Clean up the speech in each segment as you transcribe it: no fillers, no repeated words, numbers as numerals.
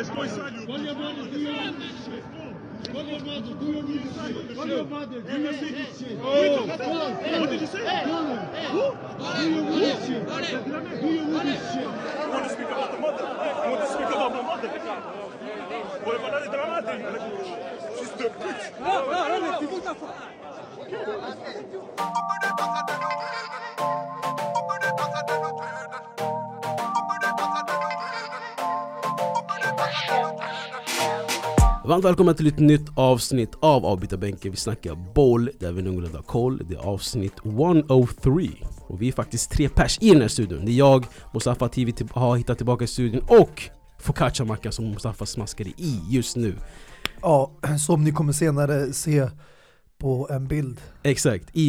Varmt välkommen till ett nytt avsnitt av Avbytarbänken. Vi snackar boll där vi någorlunda har koll. Det är avsnitt 103. Och vi är faktiskt 3 pers i den här studion. Det är jag, Mustafa TV har hittat tillbaka i studion och Focaccia Macca som Mustafa smaskade i just nu. Ja, som ni kommer senare se på en bild. Exakt, i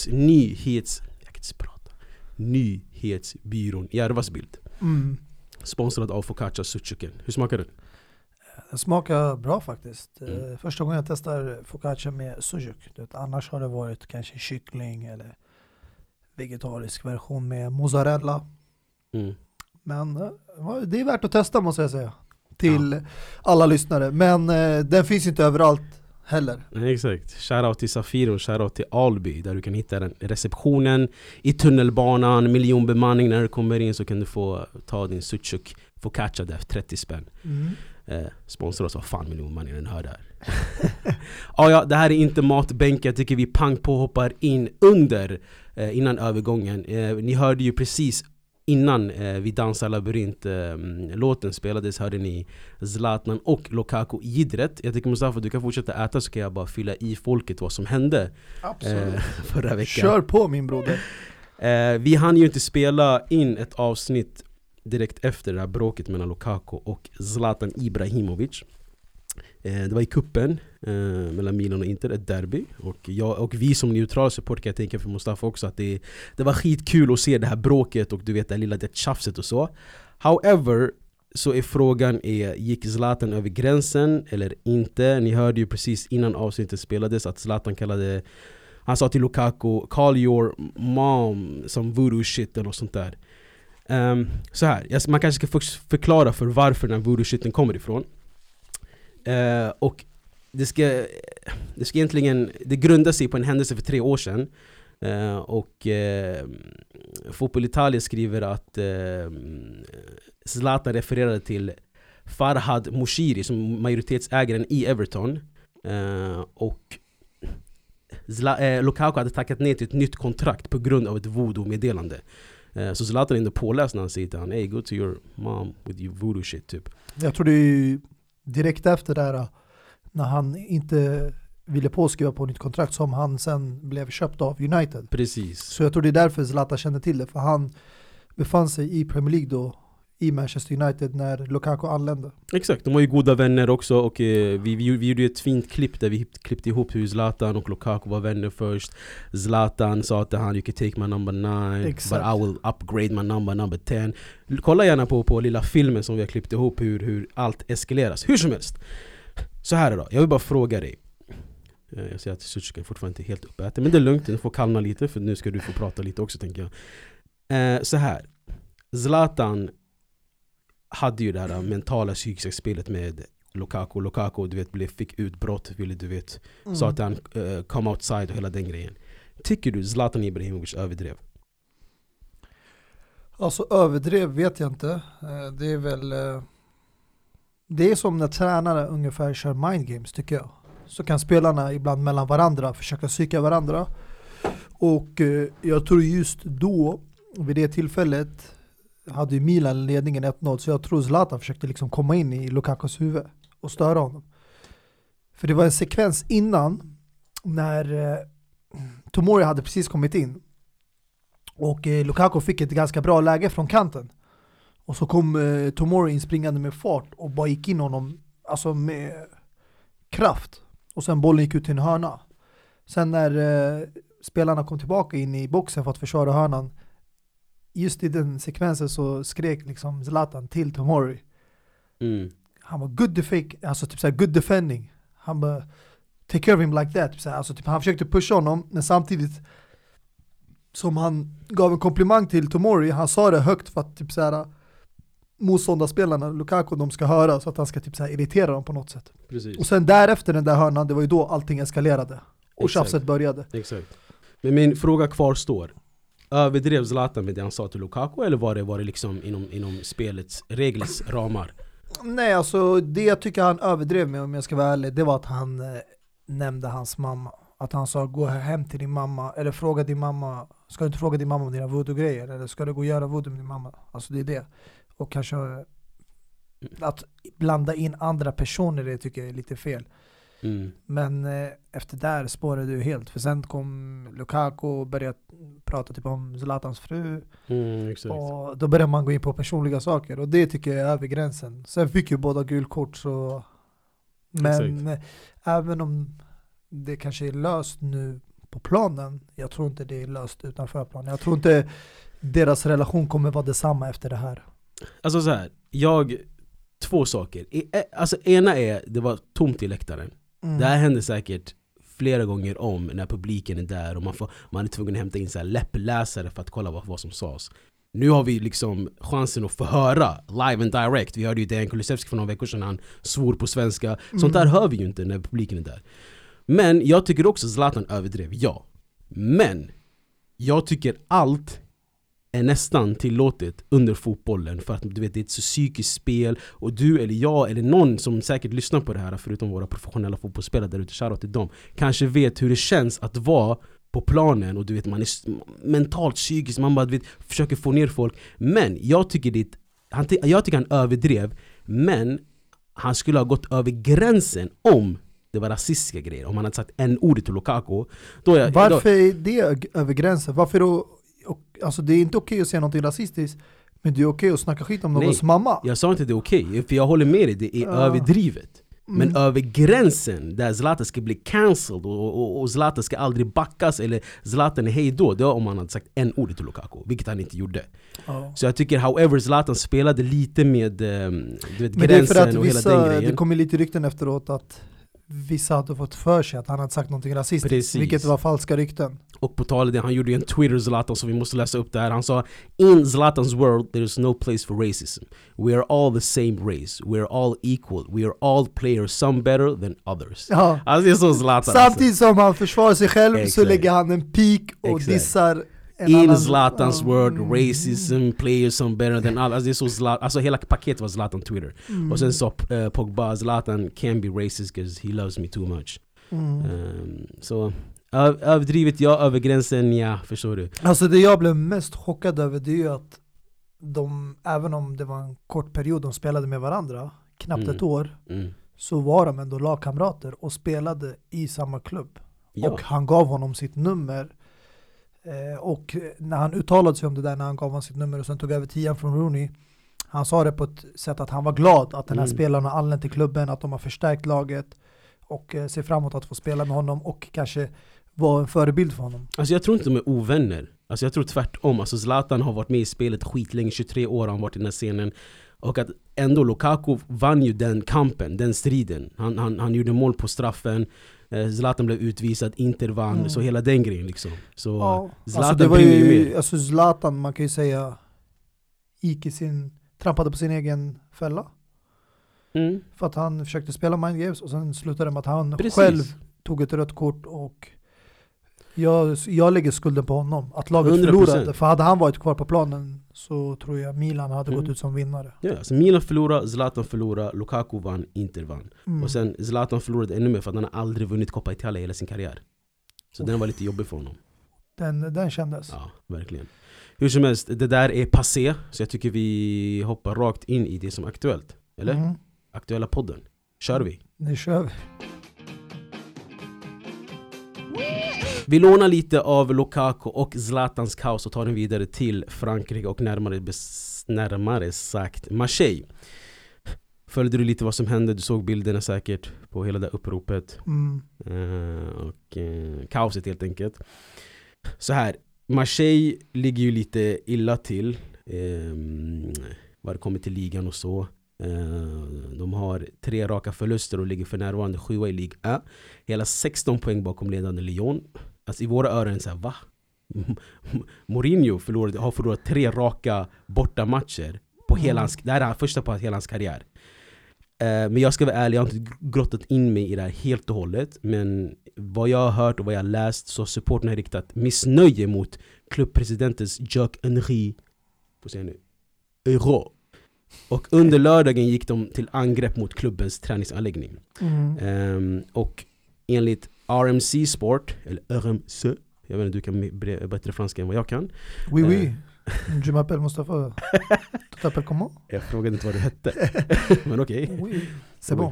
nyhetsbyrån Järvas bild. Sponsrad av Focaccia Suchuken. Hur smakar den? Den smakar bra faktiskt. Första gången jag testar focaccia med sujuk. Annars har det varit kanske kyckling eller vegetarisk version med mozzarella. Men det är värt att testa, måste jag säga. Till alla lyssnare. Men den finns inte överallt heller. Nej, exakt. Shoutout till Safir och shoutout till Alby där du kan hitta den receptionen i tunnelbanan, miljonbemanning. När du kommer in så kan du få ta din sujuk focaccia där för 30 spänn. Sponsor oss, vad fan miljonbemanning den hör där. Ja, det här är inte matbänk. Jag tycker vi pang på hoppar in under innan övergången. Ni hörde ju precis innan vi dansar labyrint låten spelades, hörde ni Zlatan och Lukaku Jidret. Jag tycker Mustafa, du kan fortsätta äta så kan jag bara fylla i folket vad som hände förra veckan. Kör på min broder. Vi hann ju inte spela in ett avsnitt direkt efter det här bråket mellan Lukaku och Zlatan Ibrahimovic. Det var i kuppen mellan Milan och Inter, ett derby. Och vi som neutral support kan jag tänka för Mustafa också att det var skitkul att se det här bråket och du vet det tjafset och så. However, så är frågan gick Zlatan över gränsen eller inte? Ni hörde ju precis innan avsnittet spelades att Zlatan han sa till Lukaku, call your mom som voodoo shit eller något sånt där. Så här, man kanske ska förklara för varför den voodoo shiten kommer ifrån. Och det ska egentligen, det grundar sig på en händelse för 3 år sedan. Fotboll Italia skriver att Zlatan refererade till Farhad Moshiri som majoritetsägaren i Everton. Och Lukaku hade tackat ner till ett nytt kontrakt på grund av ett voodoo-meddelande. Så Zlatan är ändå påläst när han säger till han, hey, go to your mom with your voodoo shit typ. Jag tror det är direkt efter det här när han inte ville påskriva på nytt kontrakt som han sen blev köpt av United. Precis. Så jag tror det är därför Zlatan kände till det, för han befann sig i Premier League då i Manchester United när Lukaku anlände. Exakt, de var ju goda vänner också och vi gjorde ett fint klipp där vi klippte ihop hur Zlatan och Lukaku var vänner först. Zlatan sa till han, you can take my number 9 but I will upgrade my number 10. Kolla gärna på lilla filmen som vi har klippt ihop hur allt eskaleras. Hur som helst. Så här då, jag vill bara fråga dig. Jag ser att Suchuken fortfarande inte helt uppäten, men det är lugnt, du får kallna lite för nu ska du få prata lite också tänker jag. Så här, Zlatan hade ju det här mentala psykiska spelet med Lukaku du vet fick utbrott, sa att han come outside och hela den grejen. Tycker du Zlatan Ibrahimovic överdrev? Alltså överdrev vet jag inte. Det är väl det är som när tränare ungefär kör mind games tycker jag. Så kan spelarna ibland mellan varandra försöka psyka varandra. Och jag tror just då vid det tillfället hade ju Milan ledningen 1-0, så jag tror Zlatan försökte liksom komma in i Lukakus huvud och störa honom. För det var en sekvens innan när Tomori hade precis kommit in och Lukaku fick ett ganska bra läge från kanten. Och så kom Tomori inspringande med fart och bara gick in honom alltså med kraft. Och sen bollen gick ut till en hörna. Sen när spelarna kom tillbaka in i boxen för att försvara hörnan, just i den sekvensen så skrek liksom Zlatan till Tomori. Han var good defending. Han bara take care of him like that. Alltså typ han försökte pusha honom, men samtidigt som han gav en komplimang till Tomori, han sa det högt för att typ så här motståndarspelarna, Lukaku, de ska höra så att han ska typ så här irritera dem på något sätt. Precis. Och sen därefter den där hörnan, det var ju då allting eskalerade. Och tjafset började. Exakt. Men min fråga kvarstår. Överdrev Zlatan med det han sa till Lukaku, eller var det liksom inom spelets regels ramar? Nej, alltså det jag tycker han överdrev med, om jag ska vara ärlig, det var att han nämnde hans mamma. Att han sa, gå hem till din mamma, eller fråga din mamma, ska du inte fråga din mamma om dina voodoo-grejer, eller ska du gå och göra voodoo med din mamma? Alltså det är det. Och kanske att blanda in andra personer, det tycker jag är lite fel. Men efter där spårade det ju helt. För sen kom Lukaku och började prata typ om Zlatans fru. Exakt. Och då började man gå in på personliga saker. Och det tycker jag är över gränsen. Sen fick ju båda gulkort. Så... Men även om det kanske är löst nu på planen, jag tror inte det är löst utanför planen. Jag tror inte deras relation kommer vara detsamma efter det här. Alltså så här, två saker. Alltså ena är, det var tomt i läktaren. Det här händer säkert flera gånger om när publiken är där och man är tvungen att hämta in så här läppläsare för att kolla vad som sades. Nu har vi liksom chansen att få höra live and direct. Vi hörde ju Dejan Kulusevski för några veckor sedan, han svor på svenska. Sånt där hör vi ju inte när publiken är där. Men jag tycker också Zlatan överdrev, ja. Men jag tycker allt är nästan tillåtet under fotbollen, för att du vet, det är ett så psykiskt spel, och du eller jag eller någon som säkert lyssnar på det här, förutom våra professionella fotbollsspelare där ute, shoutout till dem, kanske vet hur det känns att vara på planen, och du vet, man är mentalt psykiskt, man bara försöker få ner folk. Men jag tycker han överdrev, men han skulle ha gått över gränsen om det var rasistiska grejer. Om han hade sagt en ord till Lukaku, varför är det över gränsen? Varför då? Alltså det är inte okej att säga något rasistiskt, men det är okej att snacka skit om någons mamma. Jag sa inte det är okej, för jag håller med dig, det är överdrivet. Men över gränsen där Zlatan ska bli cancelled och Zlatan ska aldrig backas, eller Zlatan är hej då, det var om han hade sagt en ord till Lukaku, vilket han inte gjorde. Så jag tycker, however, Zlatan spelade lite med gränsen, men det är för att och hela den grejen. Det kommer lite rykten efteråt att vissa hade fått för sig att han hade sagt någonting rasistiskt. Precis. Vilket var falska rykten. Och på tal det, han gjorde ju en Twitter Zlatan, så vi måste läsa upp det här. Han sa, in Zlatans world there is no place for racism. We are all the same race. We are all equal. We are all players, some better than others. Ja. Alltså det är så Zlatan. Samtidigt som han försvarar sig själv så lägger han en pik och dissar in Zlatans world, racism, players some better than others. Alltså det är så Zlatan, alltså hela paketet var Zlatan Twitter. Och sen sa Pogba, Zlatan can be racist because he loves me too much. Så överdrivet, ja, över gränsen, ja, förstår du. Alltså det jag blev mest chockad över, det är ju att även om det var en kort period de spelade med varandra, knappt ett år, så var de ändå lagkamrater och spelade i samma klubb. Ja. Och han gav honom sitt nummer. Och när han uttalade sig om det där, när han gav honom sitt nummer och sen tog över 10 från Rooney, han sa det på ett sätt att han var glad att den här spelaren har anlänt till klubben, att de har förstärkt laget och ser fram emot att få spela med honom och kanske vara en förebild för honom. Alltså jag tror inte de är ovänner. Alltså jag tror tvärtom. Alltså Zlatan har varit med i spelet skitlänge, 23 år har han varit i den här scenen. Och att ändå Lukaku vann ju den kampen, den striden. Han gjorde mål på straffen. Zlatan blev utvisad, Inter vann, så hela den grejen liksom. Så ja, Zlatan alltså det var ju ju mer. Alltså Zlatan, man kan ju säga, trampade på sin egen fälla. För att han försökte spela mind games och sen slutade det med att han själv tog ett rött kort, och jag lägger skulden på honom att laget 100%. Förlorade, för hade han varit kvar på planen så tror jag Milan hade gått ut som vinnare. Ja, så Milan förlorade, Zlatan förlorade, Lukaku vann, Inter vann. Och sen Zlatan förlorade ännu mer för att han har aldrig vunnit Coppa Italia hela sin karriär. Så den var lite jobbig för honom. Den kändes. Ja, verkligen. Hur som helst, det där är passé, så jag tycker vi hoppar rakt in i det som är aktuellt. Eller? Aktuella podden. Kör vi? Nu kör vi. Vi lånar lite av Lukaku och Zlatans kaos och tar den vidare till Frankrike och närmare sagt Marseille. Följde du lite vad som hände? Du såg bilderna säkert på hela det uppropet. Och kaoset helt enkelt. Så här, Marseille ligger ju lite illa till vad det kommer till ligan och så. De har 3 raka förluster och ligger för närvarande 7 i Ligue 1. Hela 16 poäng bakom ledande Lyon. Alltså i våra öron så här, va? Mourinho har förlorat 3 raka borta matcher på hela hans, det här är han första på hela hans karriär. Men jag ska vara ärlig, jag har inte grottat in mig i det här helt och hållet. Men vad jag har hört och vad jag har läst, så supporten har riktat missnöje mot klubbpresidentens Jacques Henri Euro. Och under lördagen gick de till angrepp mot klubbens träningsanläggning. Och enligt RMC Sport, eller RMC, jag vet inte, du kan bättre franska än vad jag kan. Oui. Je m'appelle Mustafa. Tu t'appelles comment? Jag frågade inte vad du hette. Men okej. Oui, c'est bon.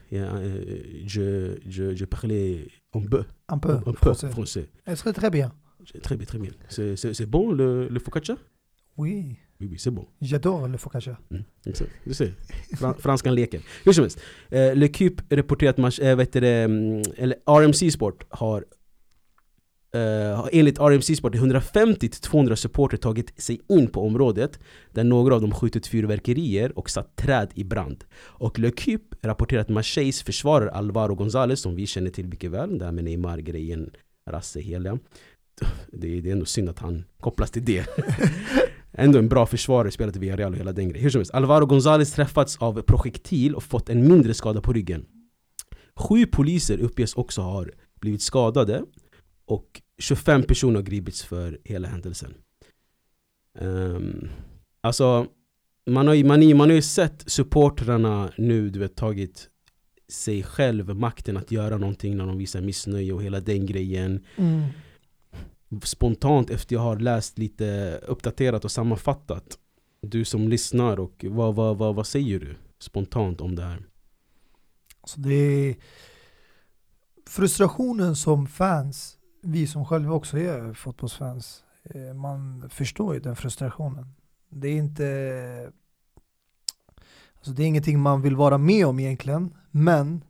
Je parlais un peu français. Est-ce que très bien? Très bien. C'est bon le focaccia? Oui, c'est bon. J'adore le focaccia. Exakt. Du ser. Franskan leker. Hur som helst. L'Equipe rapporterat eller RMC Sport har enligt RMC Sport 150-200 supporter tagit sig in på området, där några av dem skjutit fyrverkerier och satt träd i brand. Och L'Equipe rapporterar att Marseilles försvarare Alvaro González, som vi känner till mycket väl, där med Neymar-grejen, Rasse, hela. Det är ändå synd att han kopplas till det. Ändå en bra försvarare, spelat i Villarreal och hela den grejen. Hur som helst, Alvaro González träffats av projektil och fått en mindre skada på ryggen. 7 poliser uppges också ha blivit skadade. Och 25 personer har gripits för hela händelsen. Alltså man har ju sett supportrarna nu, du vet, tagit sig själv makten att göra någonting när de visar missnöje och hela den grejen. Spontant efter jag har läst lite uppdaterat och sammanfattat, du som lyssnar, och vad säger du spontant om det här? Alltså det är frustrationen som fans. Vi som själva också är fotbollsfans, man förstår ju den frustrationen. Det är inte, alltså det är ingenting man vill vara med om egentligen, men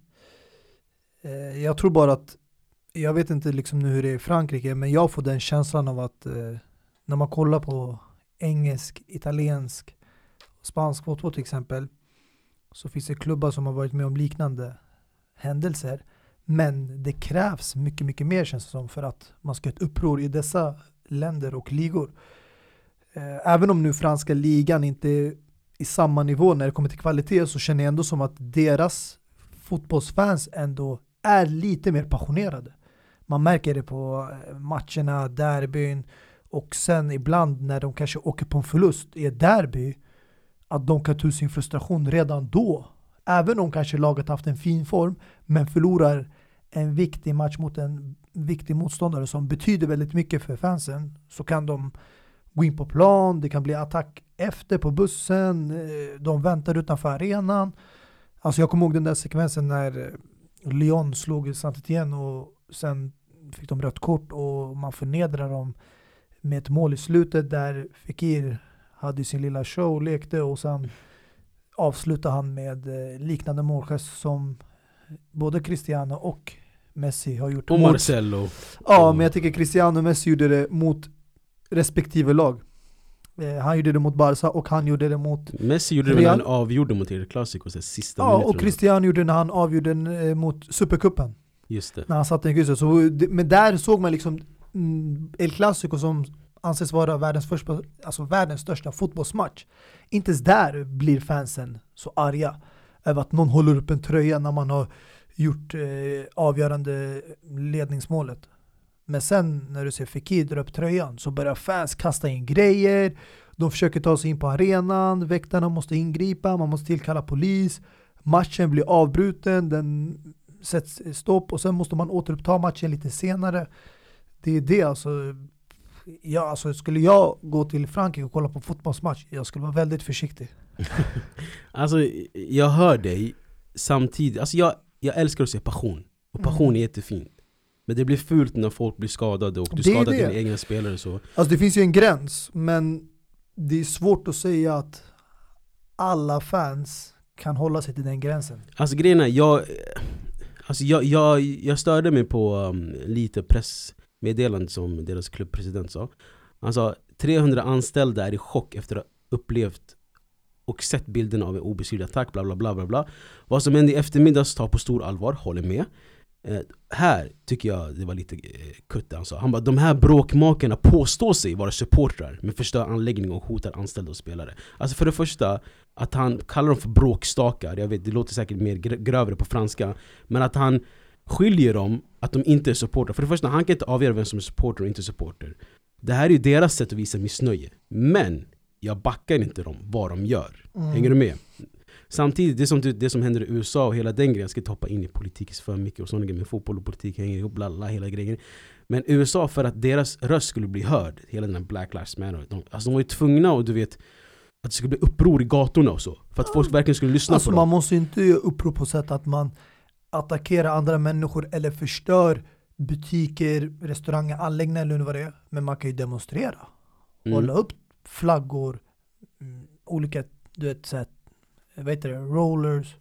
jag tror bara att, jag vet inte liksom nu hur det är i Frankrike, men jag får den känslan av att när man kollar på engelsk, italiensk, spansk fotboll till exempel, så finns det klubbar som har varit med om liknande händelser. Men det krävs mycket, mycket mer, känns det som, för att man ska ha ett uppror i dessa länder och ligor. Även om nu franska ligan inte är i samma nivå när det kommer till kvalitet, så känner jag ändå som att deras fotbollsfans ändå är lite mer passionerade. Man märker det på matcherna, derbyn, och sen ibland när de kanske åker på en förlust i ett derby, att de kan ta sin frustration redan då. Även om kanske laget haft en fin form, men förlorar en viktig match mot en viktig motståndare som betyder väldigt mycket för fansen, så kan de gå in på plan, det kan bli attack efter på bussen, de väntar utanför arenan. Alltså jag kommer ihåg den där sekvensen när Lyon slog Saint-Étienne och sen fick de rött kort och man förnedrar dem med ett mål i slutet, där Fekir hade sin lilla show, lekte, och sen avslutar han med liknande målgest som både Cristiano och Messi har gjort. Och Marcelo. Ja, men jag tycker Cristiano och Messi gjorde det mot respektive lag. Han gjorde det mot Barca och han gjorde det mot Messi gjorde det när han avgjorde mot El Clasico sista minuten. Ja, och Cristiano gjorde det när han avgjorde mot Supercupen. Just det. När han satte en kryss. Men där såg man liksom El Clasico, som anses vara världens största fotbollsmatch. Inte ens där blir fansen så arga över att någon håller upp en tröja när man har gjort avgörande ledningsmålet. Men sen när du ser Fekir dra upp tröjan, så börjar fans kasta in grejer. De försöker ta sig in på arenan. Väktarna måste ingripa. Man måste tillkalla polis. Matchen blir avbruten. Den sätts stopp och sen måste man återuppta matchen lite senare. Det är det alltså. Ja, alltså skulle jag gå till Frankrike och kolla på fotbollsmatch, jag skulle vara väldigt försiktig. Alltså jag hör dig samtidigt. Alltså jag älskar att se passion. Och passion är jättefint. Men det blir fult när folk blir skadade och du skadar dina egna spelare. Så. Alltså det finns ju en gräns, men det är svårt att säga att alla fans kan hålla sig till den gränsen. Alltså grejen är, jag störde mig på lite pressmeddelande som deras klubbpresident sa. Alltså 300 anställda är i chock efter att ha upplevt och sett bilderna av en obeskrivlig attack, bla bla bla bla bla. Vad som hände i eftermiddags tar på stor allvar, håller med. Här tycker jag det var lite kutt. Alltså. Han bara, de här bråkmakarna påstår sig vara supportrar men förstör anläggning och hotar anställda och spelare. Alltså för det första, att han kallar dem för bråkstakar. Jag vet, det låter säkert mer grövre på franska. Men att han skiljer dem, att de inte är supportrar. För det första, han kan inte avgöra vem som är supporter och inte supporter. Det här är ju deras sätt att visa missnöje. Men jag backar inte dem vad de gör. Hänger du med? Samtidigt, det som händer i USA och hela den grejen, jag ska inte hoppa in i politik för mycket och sådana grejer, men fotboll och politik hänger ihop, blalla, hela grejen. Men USA, för att deras röst skulle bli hörd, hela den här Black Lives Matter, de var ju tvungna, och du vet, att det skulle bli uppror i gatorna och så, för att folk verkligen skulle lyssna på dem. Man måste inte göra uppror på sätt att man attackerar andra människor eller förstör butiker, restauranger, anläggningar eller vad det är. Men man kan ju demonstrera. Hålla upp flaggor, olika, du vet, sätt, vet du, rollers,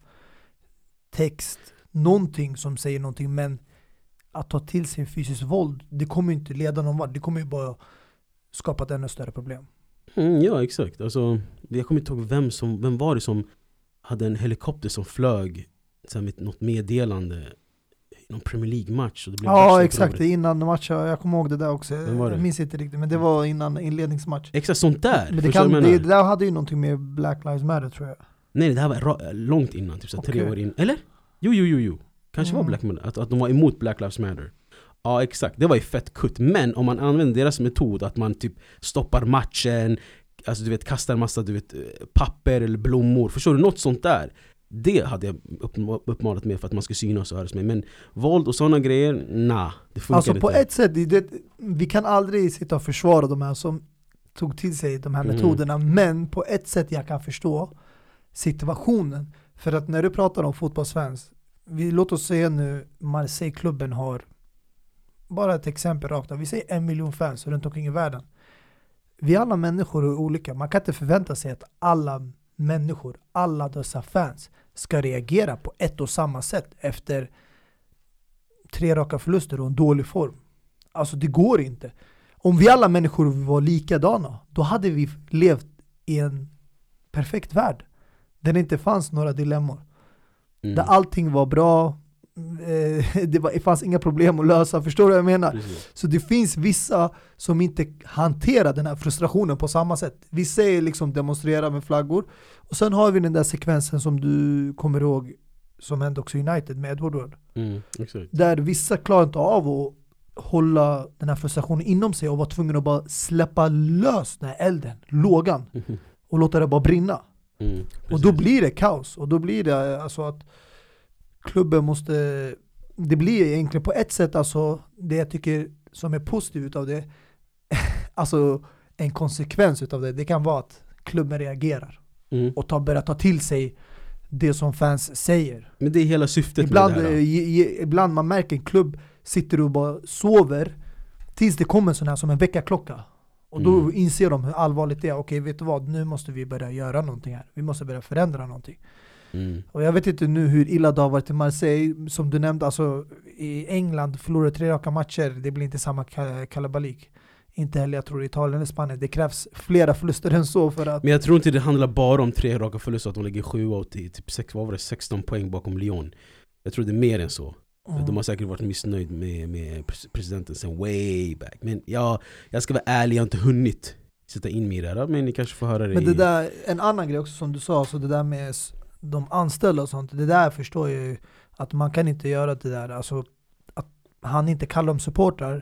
text, någonting som säger någonting, men att ta till sig fysiskt våld, det kommer ju inte leda någon vart. Det kommer ju bara skapa ett ännu större problem. Ja, exakt. Alltså, jag kommer inte ihåg vem var det som hade en helikopter som flög så med något meddelande i någon Premier League-match. Och det blev exakt. Innan matchen. Jag kommer ihåg det där också. Jag minns inte riktigt, men det var innan inledningsmatch. Exakt, sånt där. Men det där hade ju någonting med Black Lives Matter, tror jag. Nej, det här var långt innan, typ så 3 år in. Eller? Jo. Kanske var Black Matter, att de var emot Black Lives Matter. Ja, exakt. Det var ju fett kutt. Men om man använder deras metod, att man typ stoppar matchen, alltså du vet, kastar en massa, du vet, papper eller blommor. Förstår du? Något sånt där. Det hade jag uppmanat med för att man ska synas och höras med. Men våld och sådana grejer, det funkar alltså inte. På ett sätt, vi kan aldrig sitta och försvara de här som tog till sig de här metoderna. Men på ett sätt jag kan förstå situationen. För att när du pratar om fotbollsfans, låt oss säga nu Marseille-klubben har, bara ett exempel rakt av, vi säger 1 miljon fans runt omkring i världen. Vi alla människor är olika. Man kan inte förvänta sig att alla människor, alla dessa fans ska reagera på ett och samma sätt efter 3 raka förluster och en dålig form. Alltså det går inte. Om vi alla människor var likadana, då hade vi levt i en perfekt värld där det inte fanns några dilemmor. Där allting var bra, det fanns inga problem att lösa. Förstår du vad jag menar? Precis. Så det finns vissa som inte hanterar den här frustrationen på samma sätt. Vissa är liksom demonstrera med flaggor. Och sen har vi den där sekvensen som du kommer ihåg som hände också United med Edward Ward. Där vissa klarar inte av att hålla den här frustrationen inom sig och var tvungen att bara släppa lös den här elden, lågan, och låta det bara brinna. Och då blir det kaos. Och då blir det alltså att klubben måste, det blir egentligen på ett sätt, alltså det jag tycker som är positivt utav det, alltså en konsekvens utav det kan vara att klubben reagerar och börjar ta till sig det som fans säger. Men det är hela syftet ibland, med det här. Ibland man märker en klubb sitter och bara sover tills det kommer sån här som en väckarklocka. Och då inser de hur allvarligt det är. Okej, vet du vad? Nu måste vi börja göra någonting här. Vi måste börja förändra någonting. Och jag vet inte nu hur illa det har varit i Marseille. Som du nämnde, alltså i England förlorar 3 raka matcher. Det blir inte samma kalabalik. Inte heller, jag tror, i Italien eller Spanien. Det krävs flera förluster än så för att... Men jag tror inte det handlar bara om 3 raka förluster. Att de ligger 7 och typ 16 poäng bakom Lyon. Jag tror det är mer än så. De har säkert varit missnöjd med presidenten sen way back. Men jag ska vara ärlig, jag har inte hunnit sätta in mig i det där. Men ni kanske får höra det. Men det där, en annan grej också som du sa, så det där med de anställda och sånt, det där förstår jag ju att man kan inte göra det där. Alltså att han inte kallar dem supportrar.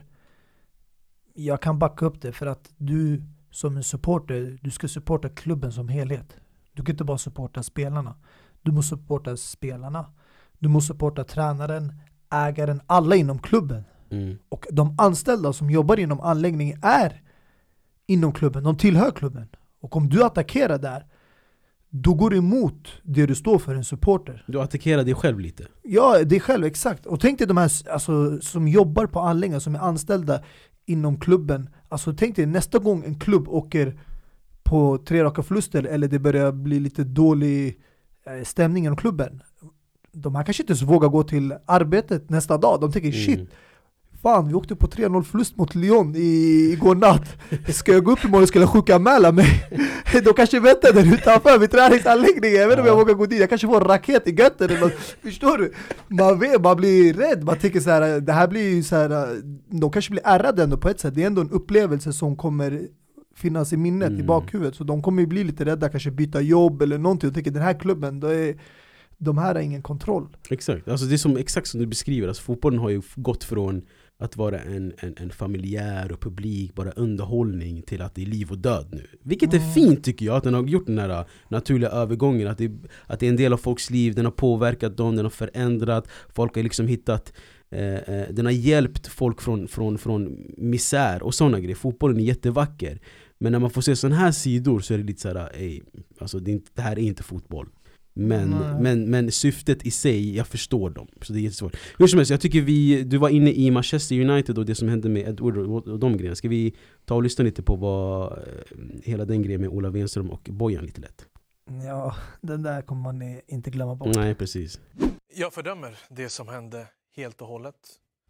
Jag kan backa upp det, för att du som en supporter, du ska supporta klubben som helhet. Du kan inte bara supporta spelarna. Du måste supporta spelarna. Du måste supporta tränaren, ägaren, alla inom klubben. Och de anställda som jobbar inom anläggningen är inom klubben. De tillhör klubben. Och om du attackerar där, då går du emot det du står för, en supporter. Du attackerar dig själv lite. Ja, dig själv, exakt. Och tänk dig de här alltså, som jobbar på anläggningen, som är anställda inom klubben. Alltså tänk dig nästa gång en klubb åker på 3 raka förluster, eller det börjar bli lite dålig stämning inom klubben. De här kanske inte ens vågar gå till arbetet nästa dag. De tänker shit, fan, vi åkte på 3-0 förlust mot Lyon igår natt. Ska jag gå upp imorgon och skulle sjukanmäla mig? De kanske väntar där utanför vid träningsanläggningen. Jag vet inte om jag vågar gå dit. Jag kanske får en raket i götten eller något. Förstår du? Man blir rädd. Man tänker så här, det här blir ju så här, de kanske blir ärrade ändå på ett sätt. Det är ändå en upplevelse som kommer finnas i minnet, i bakhuvudet. Så de kommer ju bli lite rädda, kanske byta jobb eller någonting. Och tänker, den här klubben, de här har ingen kontroll. Exakt, alltså det är som, exakt som du beskriver. Alltså fotbollen har ju gått från att vara en familjär och publik, bara underhållning, till att det är liv och död nu. Vilket är fint tycker jag, att den har gjort den här naturliga övergången. Att det är en del av folks liv, den har påverkat dem, den har förändrat. Folk har liksom hittat, den har hjälpt folk från misär och sådana grejer. Fotbollen är jättevacker. Men när man får se sådana här sidor så är det lite så här, alltså det här är inte fotboll. Men syftet i sig, jag förstår dem. Så det är jättesvårt. Hur som helst, jag tycker du var inne i Manchester United och det som hände med Edward och de grejerna. Ska vi ta och lyssna lite på vad hela den grejen med Ola Wenström och Bojan lite lätt? Ja, den där kommer man inte glömma bort. Nej, precis. Jag fördömer det som hände helt och hållet.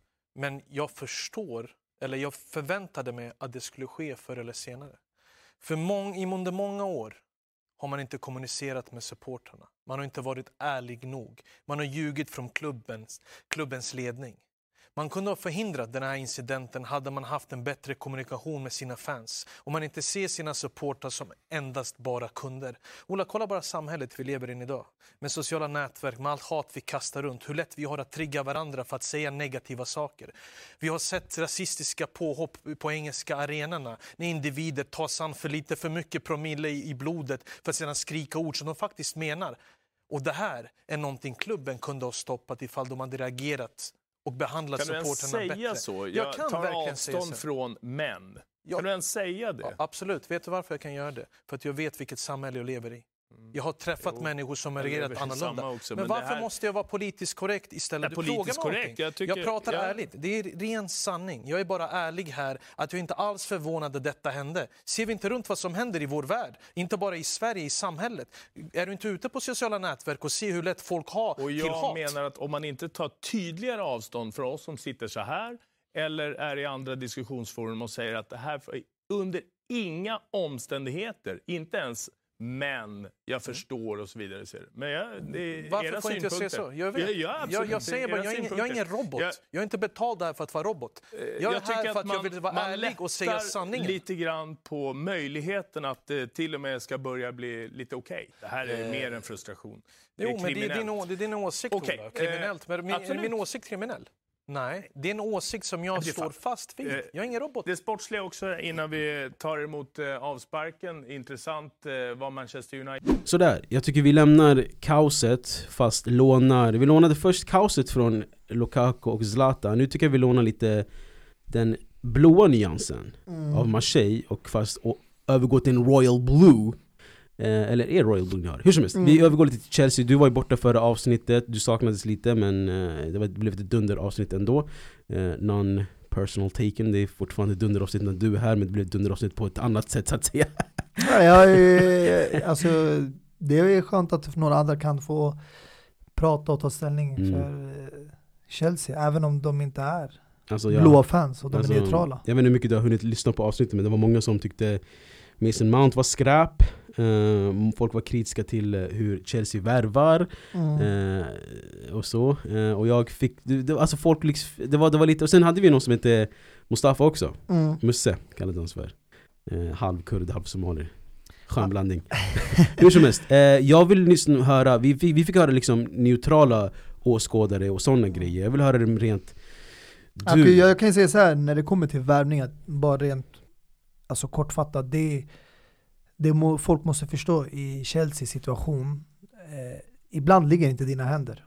Men jag förstår, eller jag förväntade mig att det skulle ske förr eller senare. För under många år har man inte kommunicerat med supporterna. Man har inte varit ärlig nog. Man har ljugit från klubbens ledning. Man kunde ha förhindrat den här incidenten hade man haft en bättre kommunikation med sina fans. Och man inte ser sina supportrar som endast bara kunder. Ola, kolla bara samhället vi lever in idag. Med sociala nätverk, med allt hat vi kastar runt. Hur lätt vi har att trigga varandra för att säga negativa saker. Vi har sett rasistiska påhopp på engelska arenorna. När individer tar sig an för lite för mycket promille i blodet för att sedan skrika ord som de faktiskt menar. Och det här är någonting klubben kunde ha stoppat ifall de hade reagerat och behandla supporterna bättre. Kan du ens säga så? Jag tar avstånd från män. Kan du ens säga det? Ja, absolut. Vet du varför jag kan göra det? För att jag vet vilket samhälle jag lever i. Jag har träffat människor som har reagerat annorlunda. Också, men varför måste jag vara politiskt korrekt istället? Du frågar korrekt. Jag pratar ärligt. Det är ren sanning. Jag är bara ärlig här att jag inte alls förvånad att detta hände. Ser vi inte runt vad som händer i vår värld? Inte bara i Sverige, i samhället. Är du inte ute på sociala nätverk och ser hur lätt folk har till hat? Och jag menar att om man inte tar tydligare avstånd för oss som sitter så här eller är i andra diskussionsforum och säger att det här under inga omständigheter, inte ens men jag förstår och så vidare. Men varför får inte jag säga så? Jag säger bara, jag är ingen robot. Jag är inte betald där för att vara robot. Jag är här för att jag vill vara ärlig och säga sanningen. Lite grann på möjligheten att det till och med ska börja bli lite okej. Det här är mer än frustration. Jo, men det är din åsikt, Ola. Kriminellt. Men är min åsikt kriminell? Nej, det är en åsikt som jag står fast vid. Jag är ingen robot. Det sportsliga också innan vi tar emot avsparken. Intressant vad Manchester United. Sådär, jag tycker vi lämnar kaoset fast lånar. Vi lånade först kaoset från Lukaku och Zlatan. Nu tycker jag vi lånar lite den blåa nyansen av Marseille och fast övergår till en Royal Blue. Eller är Royal Blue ni har? Hur som helst, vi övergår lite till Chelsea. Du var ju borta förra avsnittet. Du saknades lite, men det blev ett dunder avsnitt ändå. Non-personal taken. Det är fortfarande dunder avsnitt när du är här, men det blev dunder avsnitt på ett annat sätt så att säga. Alltså, det är skönt att några andra kan få prata och ta ställning för Chelsea, även om de inte är blåa fans och de är neutrala. Jag vet inte hur mycket du har hunnit lyssna på avsnittet, men det var många som tyckte Mason Mount var skräp. Folk var kritiska till hur Chelsea värvar och så. Och jag fick alltså folk liksom, det var lite, och sen hade vi någon som hette Mustafa också. Musse kallade han för. Halv kurd, halv somalier. Skön blandning. Hur som helst. Jag vill nyss höra, vi fick höra liksom neutrala åskådare och sådana grejer. Jag vill höra dem rent. Jag kan ju säga så här, när det kommer till värvningar, bara rent alltså kortfattat, folk måste förstå i Chelseas situation, ibland ligger inte dina händer.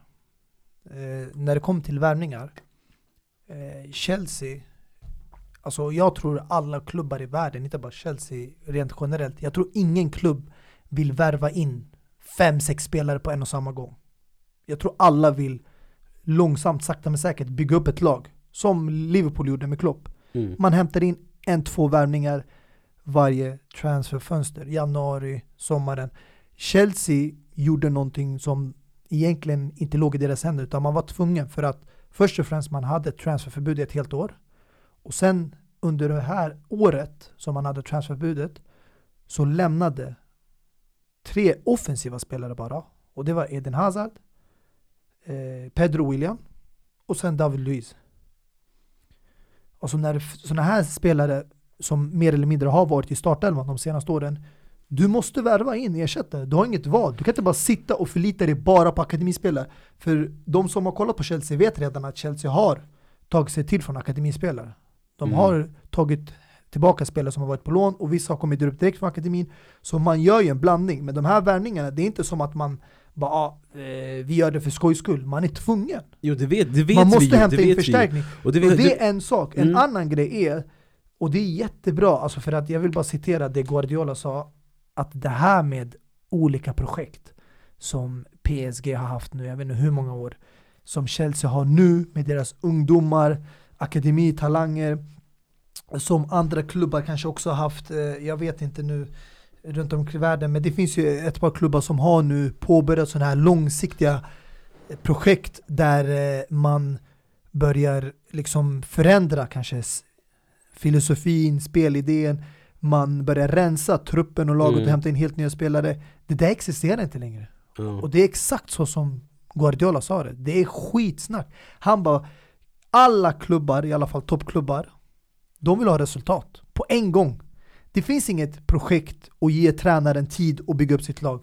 När det kommer till värvningar, Chelsea, alltså jag tror alla klubbar i världen, inte bara Chelsea rent generellt, jag tror ingen klubb vill värva in 5-6 spelare på en och samma gång. Jag tror alla vill långsamt, sakta men säkert bygga upp ett lag, som Liverpool gjorde med Klopp. Man hämtar in 1-2 värvningar varje transferfönster, januari, sommaren. Chelsea gjorde någonting som egentligen inte låg i deras händer, utan man var tvungen för att först och främst man hade transferförbud i ett helt år. Och sen under det här året som man hade transferförbudet så lämnade 3 offensiva spelare bara. Och det var Eden Hazard, Pedro Willian och sen David Luiz. Och så när sådana här spelare som mer eller mindre har varit i startelvan de senaste åren, du måste värva in ersättare. Du har inget val. Du kan inte bara sitta och förlita dig bara på akademispelare. För de som har kollat på Chelsea vet redan att Chelsea har tagit sig till från akademispelare. De har tagit tillbaka spelare som har varit på lån och vissa har kommit upp direkt från akademin. Så man gör ju en blandning. Men de här värvningarna, det är inte som att man bara, vi gör det för skojs skull. Man är tvungen. Jo, det vet man måste vi, hämta in förstärkning. Och det är en sak. En annan grej är, och det är jättebra, alltså för att jag vill bara citera det Guardiola sa, att det här med olika projekt som PSG har haft nu, jag vet inte hur många år, som Chelsea har nu med deras ungdomar, akademitalanger, som andra klubbar kanske också har haft, jag vet inte nu runt omkring världen, men det finns ju ett par klubbar som har nu påbörjat sådana här långsiktiga projekt där man börjar liksom förändra kanske filosofin, spelidén, man börjar rensa truppen och laget och hämta in helt nya spelare. Det där existerar inte längre. Och det är exakt så som Guardiola sa det. Det är skitsnack. Han bara, alla klubbar, i alla fall toppklubbar, de vill ha resultat på en gång. Det finns inget projekt att ge tränaren tid att bygga upp sitt lag.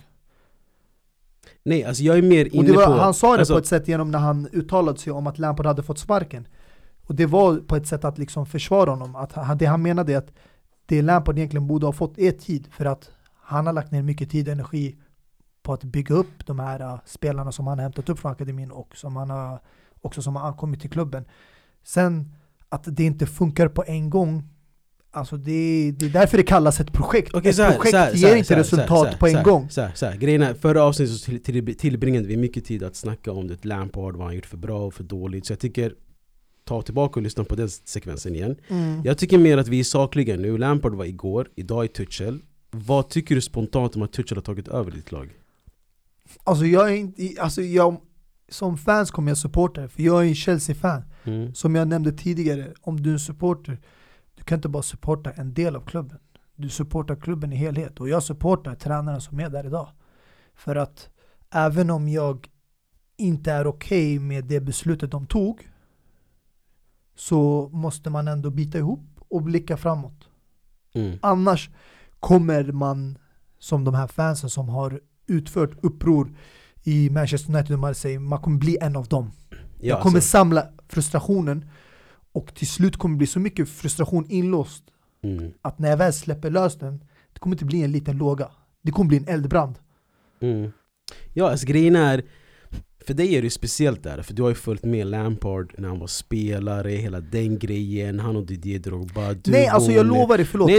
Nej, alltså jag är mer inne på... Han sa det på ett sätt genom när han uttalade sig om att Lampard hade fått sparken. Och det var på ett sätt att liksom försvara honom. Att det han menade är att det Lampard egentligen borde ha fått är tid, för att han har lagt ner mycket tid och energi på att bygga upp de här spelarna som han har hämtat upp från akademin och som han har också som har ankommit till klubben. Sen att det inte funkar på en gång, alltså det är därför det kallas ett projekt. Okay, ett projekt ger inte resultat på en gång. Grejen är, förra avsnittet så tillbringade vi mycket tid att snacka om det Lampard, vad han gjort för bra och för dåligt. Så jag tycker, ta tillbaka och lyssna på den sekvensen igen. Jag tycker mer att vi är sakliga nu. Lampard var igår, idag är Tuchel. Vad tycker du spontant om att Tuchel har tagit över ditt lag? Alltså jag som fans kommer jag supporta, för jag är en Chelsea-fan. Som jag nämnde tidigare, om du är en supporter, du kan inte bara supporta en del av klubben. Du supportar klubben i helhet. Och jag supportar tränarna som är där idag. För att även om jag inte är okej med det beslutet de tog, så måste man ändå bita ihop och blicka framåt. Annars kommer man, som de här fansen som har utfört uppror i Manchester United och Marseille, man kommer bli en av dem. Jag kommer samla frustrationen, och till slut kommer det bli så mycket frustration inlåst att när jag väl släpper lös den, det kommer inte bli en liten låga. Det kommer bli en eldbrand. Ja, alltså grejen är, för dig är det speciellt där, för du har ju följt med Lampard när han var spelare, hela den grejen, han och Didier Drogba. Nej, alltså jag lovar dig, förlåt.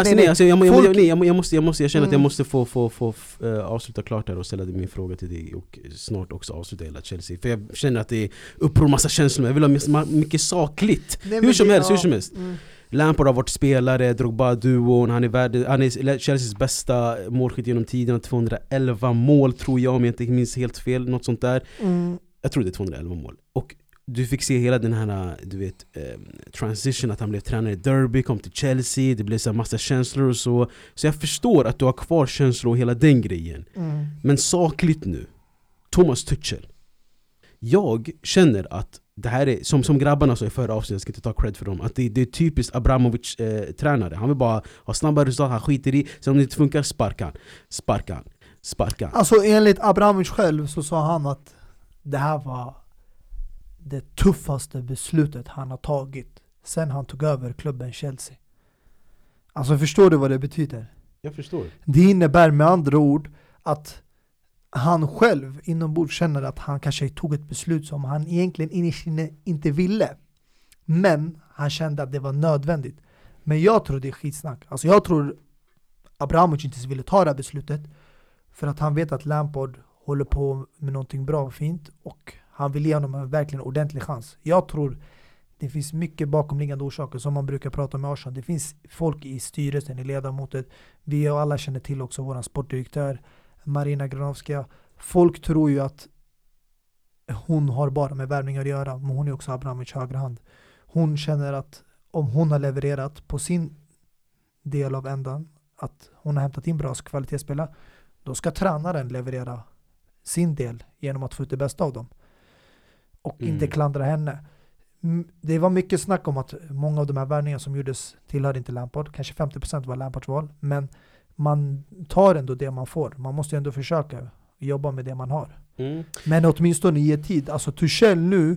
Jag känner att jag måste få avsluta klart här och ställa min fråga till dig och snart också avsluta hela Chelsea. För jag känner att det är uppror massa känslor, jag vill ha mycket sakligt. Hur som helst. Lampard har varit spelare, Drogba-duon, han är Chelseas bästa målskytt genom tiden, 211 mål tror jag, om jag inte minns helt fel, något sånt där. Jag tror det är 211 mål. Och du fick se hela den här, du vet, transition, att han blev tränare i Derby, kom till Chelsea, det blev så massa känslor och så jag förstår att du har kvar känslor och hela den grejen. Men sakligt nu, Thomas Tuchel, jag känner att det här är, som grabbarna så i förra avsnittet, jag ska inte ta cred för dem, att det är typiskt Abramovich tränare. Han vill bara ha snabba resultat, han skiter i, sen om det inte funkar, sparkan. Alltså enligt Abramovich själv så sa han att det här var det tuffaste beslutet han har tagit sen han tog över klubben Chelsea. Alltså förstår du vad det betyder? Jag förstår. Det innebär med andra ord att han själv inombords känner att han kanske tog ett beslut som han egentligen inte ville. Men han kände att det var nödvändigt. Men jag tror det är skitsnack. Alltså jag tror Abramovich inte ville ta det här beslutet, för att han vet att Lampard håller på med någonting bra och fint, och han vill ge honom en verkligen ordentlig chans. Jag tror det finns mycket bakomliggande orsaker som man brukar prata om i Arsenal. Det finns folk i styrelsen, i ledamotet. Vi alla känner till också våran sportdirektör Marina Granovska. Folk tror ju att hon har bara med värvningar att göra, men hon är också Abramovic högerhand. Hon känner att om hon har levererat på sin del av ändan, att hon har hämtat in bra kvalitetsspelare, då ska tränaren leverera sin del genom att få ut det bästa av dem. Och inte klandra henne. Det var mycket snack om att många av de här värvningarna som gjordes tillhörde inte Lampard. Kanske 50% var Lampards val. Men man tar ändå det man får. Man måste ändå försöka jobba med det man har. Men åtminstone i tid. Alltså Tuchel nu,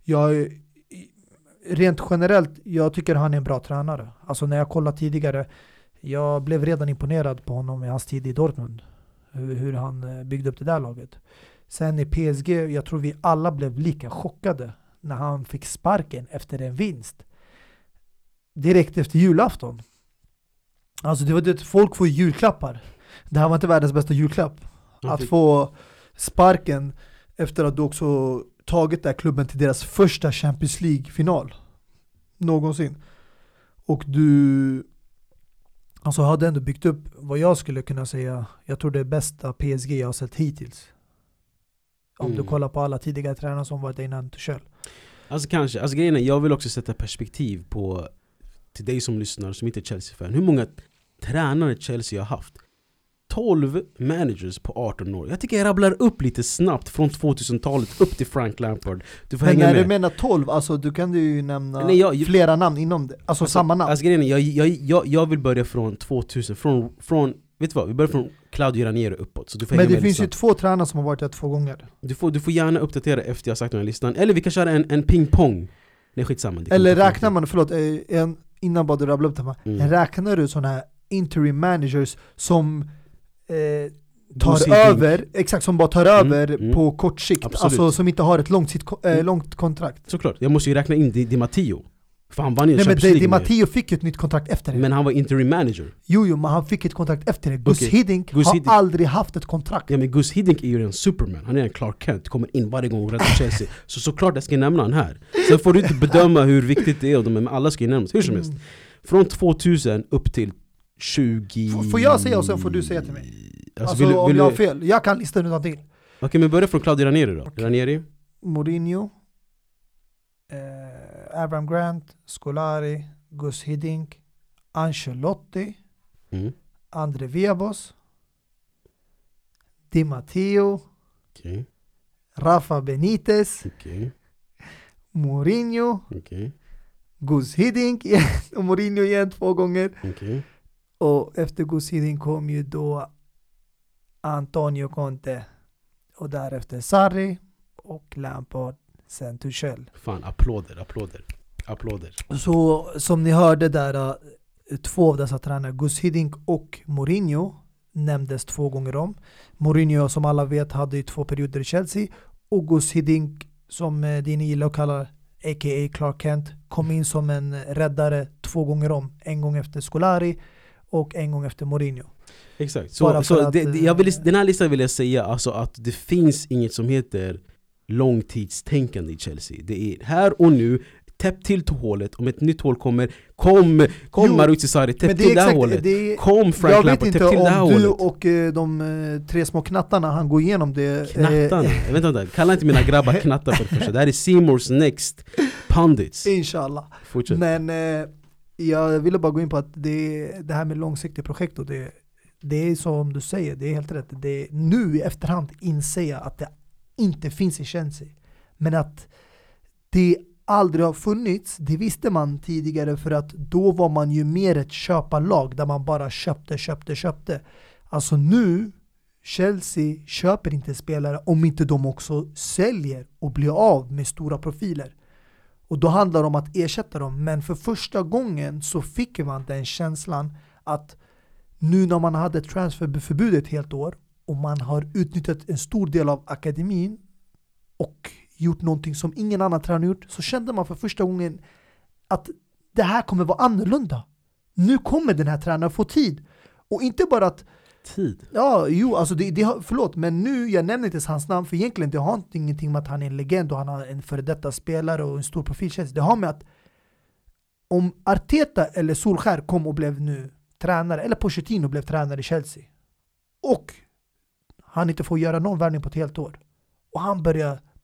rent generellt, jag tycker han är en bra tränare. Alltså när jag kollade tidigare, jag blev redan imponerad på honom i hans tid i Dortmund. Hur han byggde upp det där laget. Sen i PSG, jag tror vi alla blev lika chockade när han fick sparken efter en vinst. Direkt efter julafton. Alltså det var det, folk får julklappar. Det här var inte världens bästa julklapp. Att få sparken efter att du också tagit den här klubben till deras första Champions League-final. Någonsin. Och du alltså hade ändå byggt upp vad jag skulle kunna säga, jag tror det är bästa PSG jag har sett hittills. Om du kollar på alla tidigare tränare som varit innan Tuchel. Alltså kanske, alltså grejen är, jag vill också sätta perspektiv på till dig som lyssnar som inte är Chelsea-fan. Hur många tränare Chelsea har haft? 12 managers på 18 år. Jag tycker jag rabblar upp lite snabbt från 2000-talet upp till Frank Lampard. Du får hänga med. Du menar 12, alltså du kan ju nämna flera namn inom det. Alltså samma namn. Alltså grejen är, jag vill börja från 2000. Från vet du vad? Vi börjar från Claudio Ranieri uppåt. Så du får men det finns ju 2 tränare som har varit där 2 gånger. Du får gärna uppdatera efter jag sagt den här listan. Eller vi kan köra en ping-pong. Nej, skitsamma. Eller räknar man, förlåt, innan bara du rabblar upp det här. Räknar du sådana här interim managers som tar över, exakt, som bara tar över på kort sikt. Absolut. Alltså som inte har ett långt kontrakt. Såklart, jag måste ju räkna in Di Matteo. För han vann ju Champions League. Di Matteo fick ett nytt kontrakt efter det. Men han var interim manager. Jo, men han fick ett kontrakt efter det. Gus Hiddink har aldrig haft ett kontrakt. Ja, men Gus Hiddink är ju en Superman. Han är en Clark Kent, kommer in varje gång och räddar Chelsea. Såklart jag ska nämna han här. Sen får du inte bedöma hur viktigt det är, men alla ska ju nämnas. Hur som helst. Från 2000 upp till 20... Får jag säga och sen får du säga till mig? Alltså om jag har fel. Jag kan lista utan till. Okej, men börja från Claudio Ranieri då. Okay. Ranieri. Mourinho. Abraham Grant. Scolari. Gus Hiddink. Ancelotti. Andre Villas. Di Matteo. Okay. Rafa Benitez. Okay. Mourinho. Okay. Gus Hiddink och Mourinho igen 2 gånger. Okay. Och efter Gus Hiddink kom ju då Antonio Conte och därefter Sarri och Lampard, sen Tuchel. Fan, applåder. Så som ni hörde där, 2 av dessa tränare, Gus Hiddink och Mourinho, nämndes 2 gånger om. Mourinho som alla vet hade ju 2 perioder i Chelsea, och Gus Hiddink som din gillar att kalla a.k.a. Clark Kent, kom in som en räddare 2 gånger om. En gång efter Scolari och en gång efter Mourinho. Exakt. Så den här listan vill jag säga alltså att det finns inget som heter långtidstänkande i Chelsea. Det är här och nu. Täpp till hålet. Om ett nytt hål kommer, kom Mauricio Sarri, täpp till det här hålet. Kom Frank Lampard, täpp till det här hålet. Jag vet inte om du och de 3 små knattarna han går igenom det. Knattarna? Vänta, kalla inte mina grabbar knattar för det första. Det här är Seymour's Next Pundits. Inshallah. Fortsätt. Men jag ville bara gå in på att det här med långsiktiga projekt, och det är som du säger, det är helt rätt. Det är nu i efterhand inser jag att det inte finns i Chelsea. Men att det aldrig har funnits, det visste man tidigare, för att då var man ju mer ett köparlag där man bara köpte. Alltså nu, Chelsea köper inte spelare om inte de också säljer och blir av med stora profiler. Och då handlar det om att ersätta dem. Men för första gången så fick man den känslan att nu när man hade transferförbud ett helt år och man har utnyttjat en stor del av akademin och gjort någonting som ingen annan tränare gjort, så kände man för första gången att det här kommer vara annorlunda. Nu kommer den här tränaren få tid. Och inte bara att tid. Ja, jo, alltså förlåt, men nu, jag nämner inte hans namn, för egentligen det har ingenting med att han är en legend och han har en före detta spelare och en stor profil. Det har med att om Arteta eller Solskär kom och blev nu tränare, eller Pochettino blev tränare i Chelsea, och han inte får göra någon värvning på ett helt år, och han börjar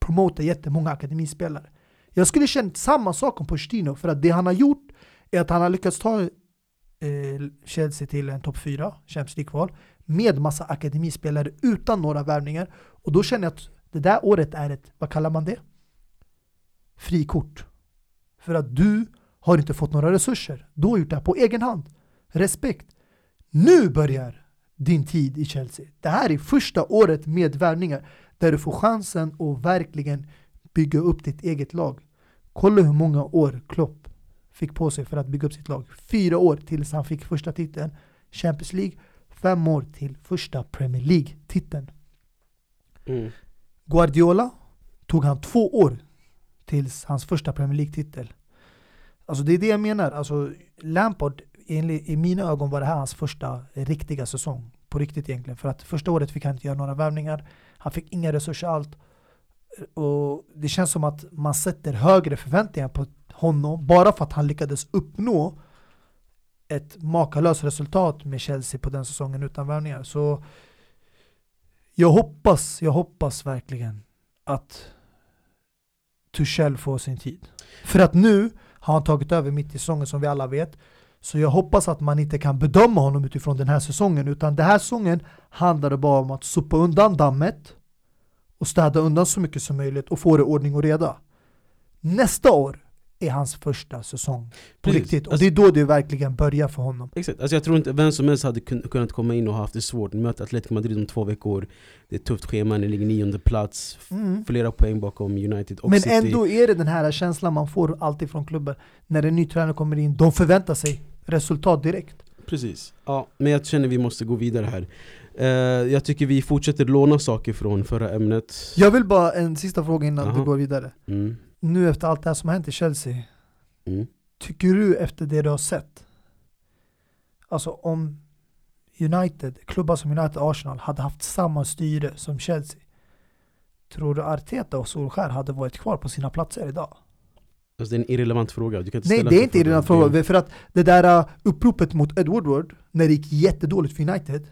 promota jättemånga akademispelare. Jag skulle känt samma sak om Pochettino, för att det han har gjort är att han har lyckats ta Chelsea till en topp 4 Champions League-kval med massa akademispelare utan några värvningar. Och då känner jag att det där året är ett, vad kallar man det? Frikort. För att du har inte fått några resurser. Du har gjort det här på egen hand. Respekt. Nu börjar din tid i Chelsea. Det här är första året med värvningar där du får chansen att verkligen bygga upp ditt eget lag. Kolla hur många år Klopp fick på sig för att bygga upp sitt lag. 4 år tills han fick första titeln Champions League. 5 år till första Premier League-titeln. Guardiola tog han 2 år tills hans första Premier League-titel. Alltså det är det jag menar. Alltså Lampard, i mina ögon var det här hans första riktiga säsong. På riktigt egentligen. För att första året fick han inte göra några värvningar. Han fick inga resurser allt. Och det känns som att man sätter högre förväntningar på honom bara för att han lyckades uppnå ett makalöst resultat med Chelsea på den säsongen utan värvningar. Så jag hoppas verkligen att Tuchel får sin tid. För att nu har han tagit över mitt i säsongen som vi alla vet. Så jag hoppas att man inte kan bedöma honom utifrån den här säsongen, utan den här säsongen handlar bara om att sopa undan dammet och städa undan så mycket som möjligt och få det ordning och reda. Nästa år är hans första säsong på riktigt. Och det är då det verkligen börjar för honom. Exakt. Alltså jag tror inte vem som helst hade kunnat komma in och haft det svårt. Möta Atletico Madrid om 2 veckor. Det är ett tufft schema, ni ligger 9:e plats. Flera poäng bakom United och men City. Ändå är det den här känslan man får alltid från klubben. När en ny tränare kommer in, de förväntar sig resultat direkt. Precis. Ja, men jag känner vi måste gå vidare här. Jag tycker vi fortsätter låna saker från förra ämnet. Jag vill bara en sista fråga innan du går vidare. Nu efter allt det här som har hänt i Chelsea, tycker du efter det du har sett, alltså om klubbar som United och Arsenal hade haft samma styre som Chelsea, tror du Arteta och Solskjaer hade varit kvar på sina platser idag? Alltså det är en irrelevant fråga. Du kan inte Nej, det är inte irrelevant fråga. För att det där uppropet mot Ed Woodward, när det gick jättedåligt för United,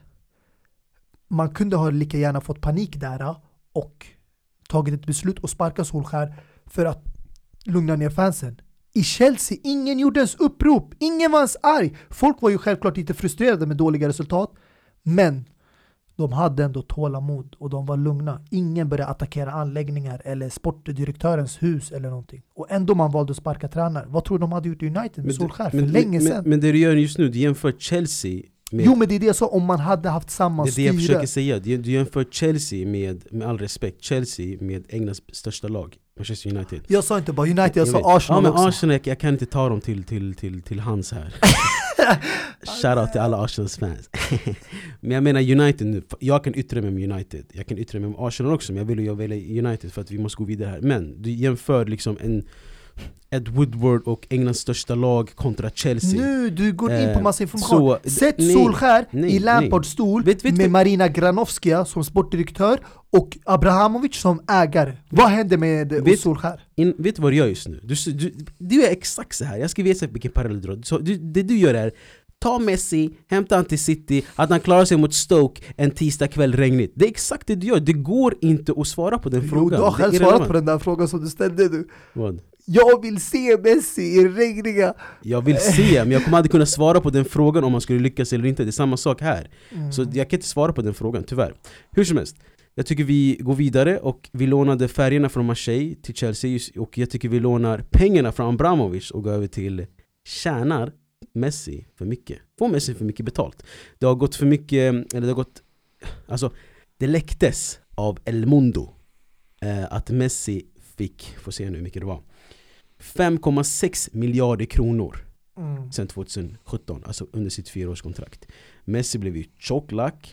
man kunde ha lika gärna fått panik där och tagit ett beslut och sparka Solskjaer för att lugna ner fansen. I Chelsea, ingen gjorde ens upprop. Ingen var ens arg. Folk var ju självklart lite frustrerade med dåliga resultat, men de hade ändå tålamod och de var lugna. Ingen började attackera anläggningar eller sportdirektörens hus eller någonting. Och ändå man valde att sparka tränare. Vad tror de hade gjort i United med Solskjaer för länge sedan? Men det du gör just nu, du jämför Chelsea med... Jo, men det är det jag sa, om man hade haft samma styre. Det är det jag försöker säga. Du jämför Chelsea med all respekt, Chelsea med Englands största lag, Manchester United. Jag sa inte bara United, jag sa Arsenal också. Arsenal, jag kan inte ta dem till hands här. Shoutout till alla Arsenals fans. Men jag menar United nu. Jag kan yttra mig med United. Jag kan yttra mig med Arsenal också, men jag vill United för att vi måste gå vidare här. Men du jämför liksom Ed Woodward och Englands största lag kontra Chelsea. Nu, du går in på massa information. Sätt Solskjaer i Lampards stol med Marina Granovskia som sportdirektör och Abrahamovic som ägare. Vad händer med Solskjaer? Vet du vad du gör just nu? Du är exakt så här. Jag ska visa vilken parallell du drar. Det du gör är ta Messi, hämta han till City, att han klarar sig mot Stoke en tisdag kväll regnigt. Det är exakt det du gör. Det går inte att svara på den frågan. Du har själv svarat på den där frågan som du ställde nu. Vad? Jag vill se Messi i regniga. Jag vill se, men jag kommer aldrig kunna svara på den frågan om man skulle lyckas eller inte. Det är samma sak här. Så jag kan inte svara på den frågan, tyvärr. Hur som helst, jag tycker vi går vidare och vi lånade färgerna från Marseille till Chelsea och jag tycker vi lånar pengarna från Abramovic och går över till tjänar Messi för mycket. Får Messi för mycket betalt. Det har gått för mycket, eller det har gått, alltså det läcktes av El Mundo att Messi fick, får se nu hur mycket det var, 5,6 miljarder kronor sedan 2017, alltså under sitt 4-årskontrakt. Messi blev ju tjocklack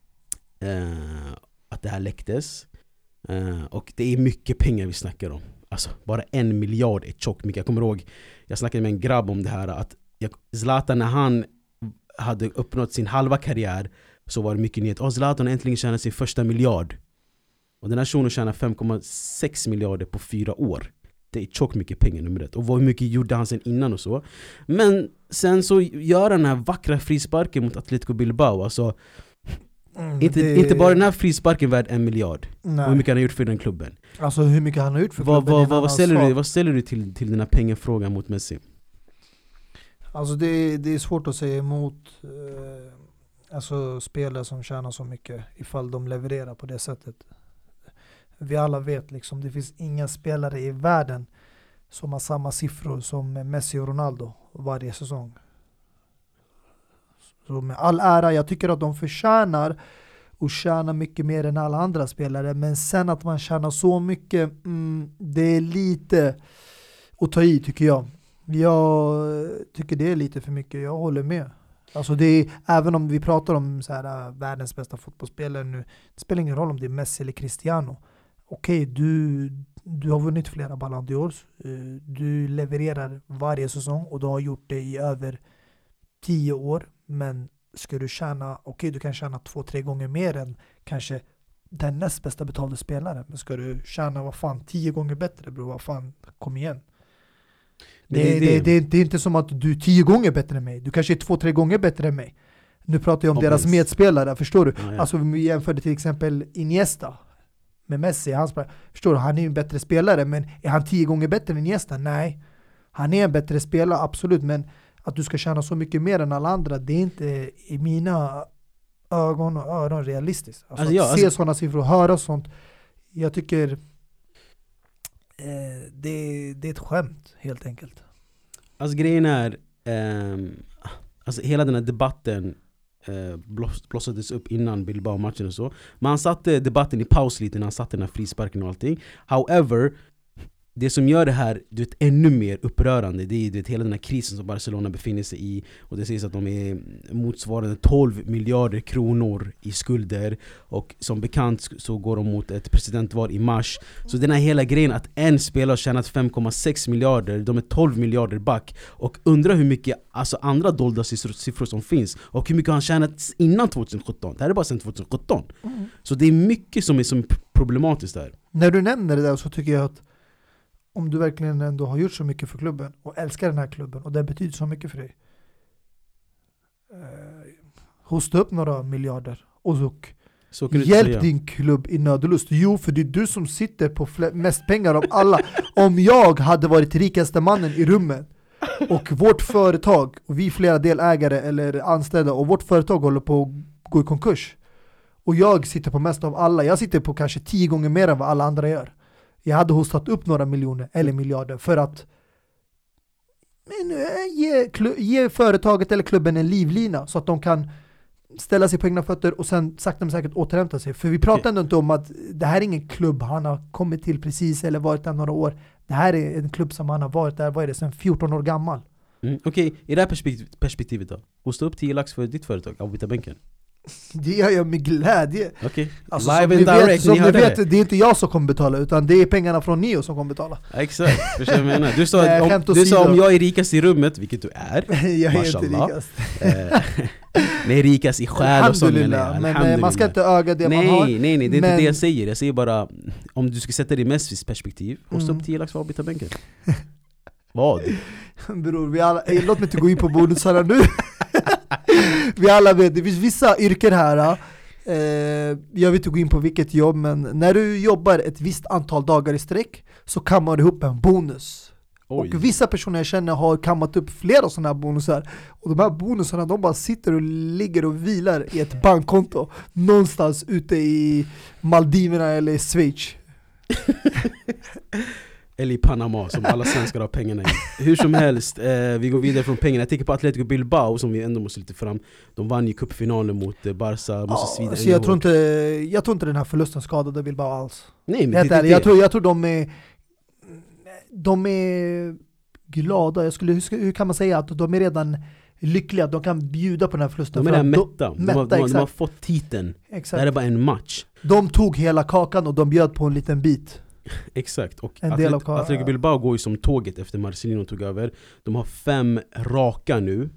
att det här läcktes och det är mycket pengar vi snackar om. Alltså bara 1 miljard är tjockt mycket. Jag kommer ihåg, jag snackade med en grabb om det här att Zlatan, när han hade uppnått sin halva karriär, så var det mycket nytt. Zlatan har äntligen tjänat sin första miljard. Och den här shunon tjänar 5,6 miljarder på 4 år. Det är tjockt mycket pengar nummer 1. Och vad mycket gjorde han sen innan och så. Men sen så gör han den här vackra frisparken mot Atletico Bilbao. Alltså, Inte bara den här frisparken värd 1 miljard. Nej. Och hur mycket han har gjort för den klubben. Alltså hur mycket han har gjort för klubben. Vad ställer du till den här pengafrågan mot Messi? Alltså det är svårt att säga emot alltså spelare som tjänar så mycket ifall de levererar på det sättet. Vi alla vet liksom, det finns inga spelare i världen som har samma siffror som Messi och Ronaldo varje säsong. Så med all ära, jag tycker att de förtjänar och tjänar mycket mer än alla andra spelare, men sen att man tjänar så mycket, det är lite att ta i tycker jag. Jag tycker det är lite för mycket, jag håller med. Alltså det är, även om vi pratar om så här, världens bästa fotbollsspelare nu, det spelar ingen roll om det är Messi eller Cristiano. Okej, du har vunnit flera Ballon d'Or, du levererar varje säsong och du har gjort det i över 10 år, men ska du tjäna, du kan tjäna 2-3 gånger mer än kanske den näst bästa betalda spelaren, men ska du tjäna 10 gånger bättre, bro, kom igen. Det är inte som att du är 10 gånger bättre än mig. Du kanske är 2-3 gånger bättre än mig. Nu pratar jag om deras medspelare, förstår du? Ja. Alltså vi jämförde till exempel Iniesta med Messi. Förstår du, han är ju en bättre spelare, men är han 10 gånger bättre än Iniesta? Nej. Han är en bättre spelare, absolut, men att du ska tjäna så mycket mer än alla andra, det är inte i mina ögon och öron realistiskt. Alltså att se sådana siffror och höra sånt, jag tycker det är ett skämt helt enkelt. Alltså grejen är alltså hela den här debatten blossades upp innan Bilbao-matchen och så. Men han satte debatten i paus lite när han satte den här frisparken och allting. However, det som gör det här ännu mer upprörande, det är hela den här krisen som Barcelona befinner sig i, och det sägs att de är motsvarande 12 miljarder kronor i skulder, och som bekant så går de mot ett presidentval i mars. Så den här hela grejen att en spelare har tjänat 5,6 miljarder, de är 12 miljarder back, och undrar hur mycket alltså andra dolda siffror som finns, och hur mycket han tjänat innan 2017. Det här är bara sedan 2017. Så det är mycket som är problematiskt där. När du nämner det där så tycker jag att om du verkligen ändå har gjort så mycket för klubben och älskar den här klubben och det betyder så mycket för dig, hosta upp några miljarder och hjälp din klubb i nödlust. Jo, för det är du som sitter på mest pengar av alla. Om jag hade varit rikaste mannen i rummet och vårt företag, och vi är flera delägare eller anställda, och vårt företag håller på att gå i konkurs, och jag sitter på mest av alla, jag sitter på kanske 10 gånger mer än vad alla andra gör. Jag hade hostat upp några miljoner eller miljarder för att ge företaget eller klubben en livlina så att de kan ställa sig på egna fötter och sen sakta men säkert återhämta sig. För vi pratar ändå inte om att det här är ingen klubb han har kommit till precis eller varit där några år. Det här är en klubb som han har varit där, sedan 14 år gammal. Okej, i det här perspektivet då, hosta upp 10 lax för ditt företag, avbyta bänken. Det gör jag med glädje. Okay. Alltså, live and direct, som ni vet, det är inte jag som kommer betala, utan det är pengarna från Neo som kommer betala. Exakt, förstår jag menar. Du sa om jag är rikast i rummet, vilket du är. Jag är inte rikast. Nej, rikast i själ och sånt. Men man ska inte öga det man har. Nej, det är inte det jag säger. Jag säger bara, om du ska sätta det i Messis perspektiv, hosta upp 10 lax för att avbyta bänken. Vad? Bror, låt mig inte gå in på bonusarna nu. Vi alla vet, det finns vissa yrken här, jag vet inte gå in på vilket jobb, men när du jobbar ett visst antal dagar i sträck så kammar du ihop en bonus. Oj. Och vissa personer jag känner har kammat upp flera sådana här bonusar, och de här bonusarna, de bara sitter och ligger och vilar i ett bankkonto någonstans ute i Maldiverna eller i Schweiz. Eller i Panama, som alla svenskar har pengarna i. Hur som helst, vi går vidare från pengarna. Jag tänker på Atletico Bilbao, som vi ändå måste lyfta fram. De vann ju cupfinalen mot Barca. Alltså jag tror inte den här förlusten skadade Bilbao alls. Nej, men jag tror de är glada. Hur kan man säga att de är redan lyckliga, att de kan bjuda på den här förlusten. De är mätta. De har fått titeln. Exakt. Det här är bara en match. De tog hela kakan och de bjöd på en liten bit. Exakt, och Atletico Bilbao går ju som tåget efter Marcelino tog över. De har 5 raka nu,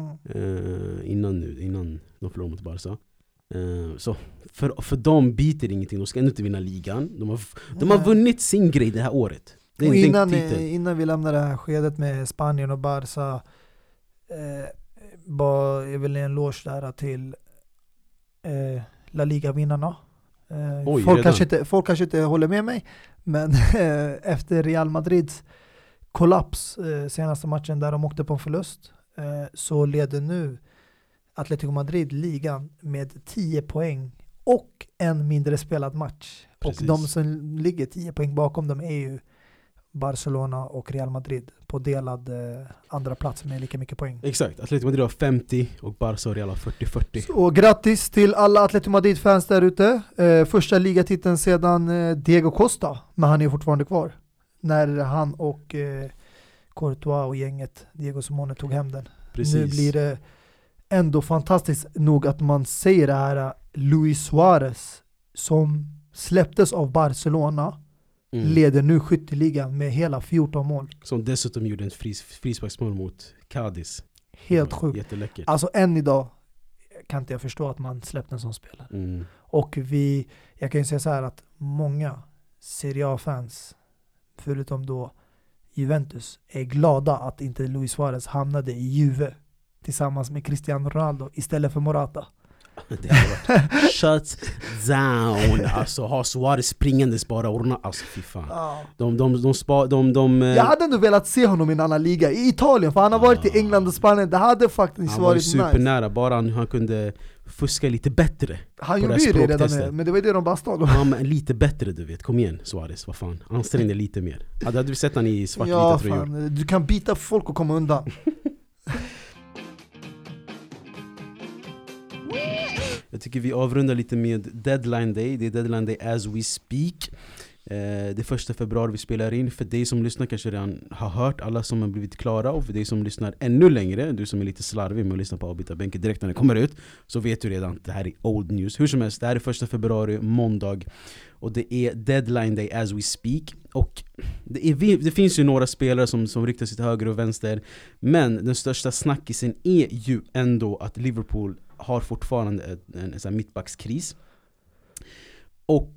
innan de förlorar mot Barca. Så för dem biter ingenting. De ska ändå inte vinna ligan. De har vunnit sin grej det här året. Det är innan vi lämnar det här skedet med Spanien och Barca, är väl en eloge där till La Liga-vinnarna. Oj, Folk kanske inte håller med mig, men efter Real Madrids kollaps senaste matchen där de åkte på en förlust, så leder nu Atletico Madrid ligan med 10 poäng och en mindre spelad match. Precis. Och de som ligger 10 poäng bakom dem är ju Barcelona och Real Madrid på delad andra plats med lika mycket poäng. Exakt, Atletico Madrid har 50 och Barca och Real har 40-40. Och grattis till alla Atletico Madrid-fans där ute. Första ligatiteln sedan Diego Costa, men han är fortfarande kvar. När han och Courtois och gänget, Diego Simone, tog hem den. Precis. Nu blir det ändå fantastiskt nog att man säger det här. Luis Suarez, som släpptes av Barcelona, leder nu skytteligan med hela 14 mål. Som dessutom gjorde en frisparksmål mot Cadiz. Helt sjukt. Jätteläckert. Alltså än idag kan inte jag förstå att man släppte en sån spelare. Och jag kan ju säga så här att många Serie A-fans, förutom då Juventus, är glada att inte Luis Suarez hamnade i Juve tillsammans med Cristiano Ronaldo istället för Morata. Det har varit shut down. Alltså ha Suarez springandes bara ordna. Alltså fy fan. Jag hade ändå velat se honom i en annan liga i Italien, för han har varit i England och Spanien. Det hade faktiskt varit nice. Han var supernära, bara han kunde fuska lite bättre. Han gjorde ju det redan med, men det var det de bastade. Ja, men lite bättre, du vet. Kom igen Suarez, vad fan. Ansträng dig lite mer. Hade du sett han i svartvita tröjor? Du kan bita folk och komma undan. Jag tycker vi avrundar lite med Deadline Day. Det är Deadline Day as we speak. Det är 1 februari vi spelar in. För dig som lyssnar kanske redan har hört alla som har blivit klara. Och för dig som lyssnar ännu längre, du som är lite slarvig med att lyssna på avbytarbänken direkt när det kommer ut, så vet du redan att det här är old news. Hur som helst, det här är 1 februari, måndag. Och det är Deadline Day as we speak. Och det finns ju några spelare som riktar sig till höger och vänster. Men den största snackisen är ju ändå att Liverpool har fortfarande en mittbackskris. Och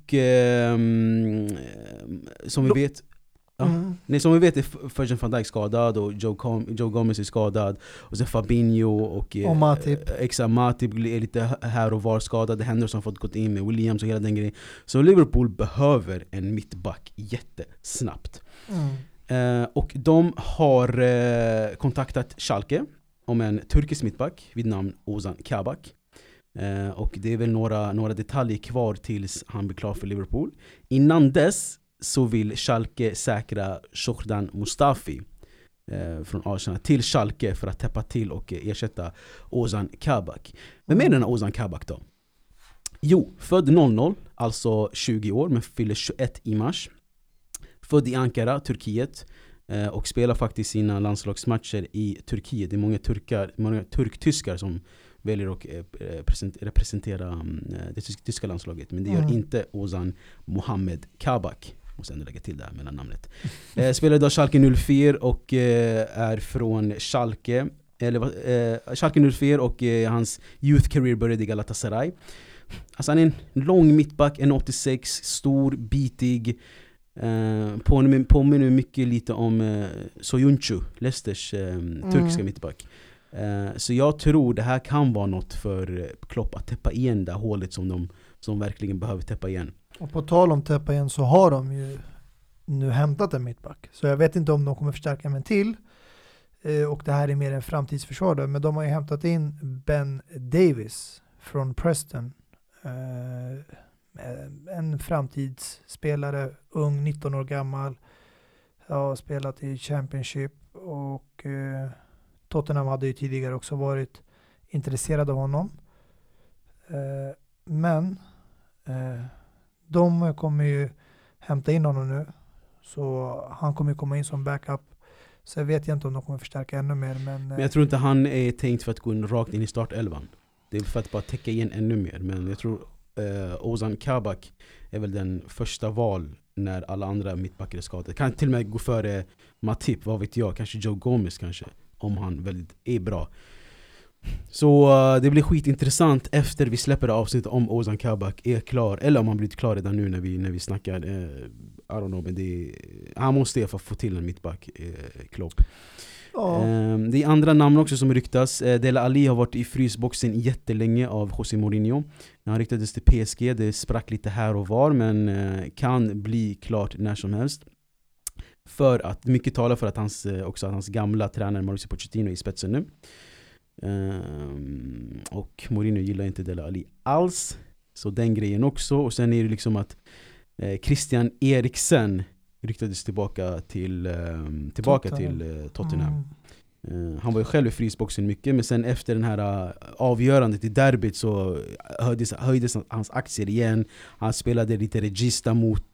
som vi vet som vi vet är Virgil van Dijk skadad och Joe Gomez är skadad och sen Fabinho och Matip är lite här och var skadad. Henderson har fått gått in med Williams och hela den grejen. Så Liverpool behöver en mittback jättesnabbt. Och de har kontaktat Schalke om en turkisk mittback vid namn Ozan Kabak. Och det är väl några detaljer kvar tills han blir klar för Liverpool. Innan dess så vill Schalke säkra Shordan Mustafi från Arsenal till Schalke för att täppa till och ersätta Ozan Kabak. Vem är den här Ozan Kabak då? Jo, född 00, alltså 20 år, men fyller 21 i mars. Född i Ankara, Turkiet, och spelar faktiskt sina landslagsmatcher i Turkiet. Det är många turktyskar som väljer att representera det tyska landslaget. Men det gör inte Ozan Mohamed Kabak. Måste ändå lägga till det här mellan namnet. Spelar idag Schalke 04 och är från Schalke. Schalke 04 och hans youth career började i Galatasaray. Alltså han är en lång mittback, 1,86, stor, bitig. Påminner mycket lite om Soyuncu, Leicesters turkiska mittback. Så jag tror det här kan vara något för Klopp att täppa igen det hålet som verkligen behöver täppa igen. Och på tal om täppa igen så har de ju nu hämtat en mittback. Så jag vet inte om de kommer förstärka en till. Och det här är mer en framtidsförsvarare. Men de har ju hämtat in Ben Davis från Preston. En framtidsspelare, ung, 19 år gammal. Har spelat i Championship och Tottenham hade ju tidigare också varit intresserade av honom. Men de kommer ju hämta in honom nu. Så han kommer ju komma in som backup. Så jag vet inte om de kommer förstärka ännu mer. Men jag tror inte han är tänkt för att gå rakt in i startelvan. Det är för att bara täcka igen ännu mer. Men jag tror Ozan Kabak är väl den första val när alla andra mittbackar är skadade. Kan till och med gå före Matip, vad vet jag. Kanske Joe Gomez kanske. Om han väldigt är bra. Så det blir skitintressant efter vi släpper det avsnitt om Ozan Kabak är klar, eller om han blivit klar redan nu när vi snackar. I don't know, men han måste i alla fall få till en mittback, Klopp. Det är andra namn också som ryktas. Dele Alli har varit i frysboxen jättelänge av José Mourinho. Han ryktades till PSG, det sprack lite här och var, men kan bli klart när som helst. För att mycket talar för att hans gamla tränare Mauricio Pochettino är i spetsen nu. Och Mourinho gillar inte Dele Alli alls, så den grejen också. Och sen är det liksom att Christian Eriksen ryktades tillbaka till Tottenham. Han var ju själv i frysboxen mycket, men sen efter den här avgörandet i derbyt så höjdes hans aktier igen. Han spelade lite regista mot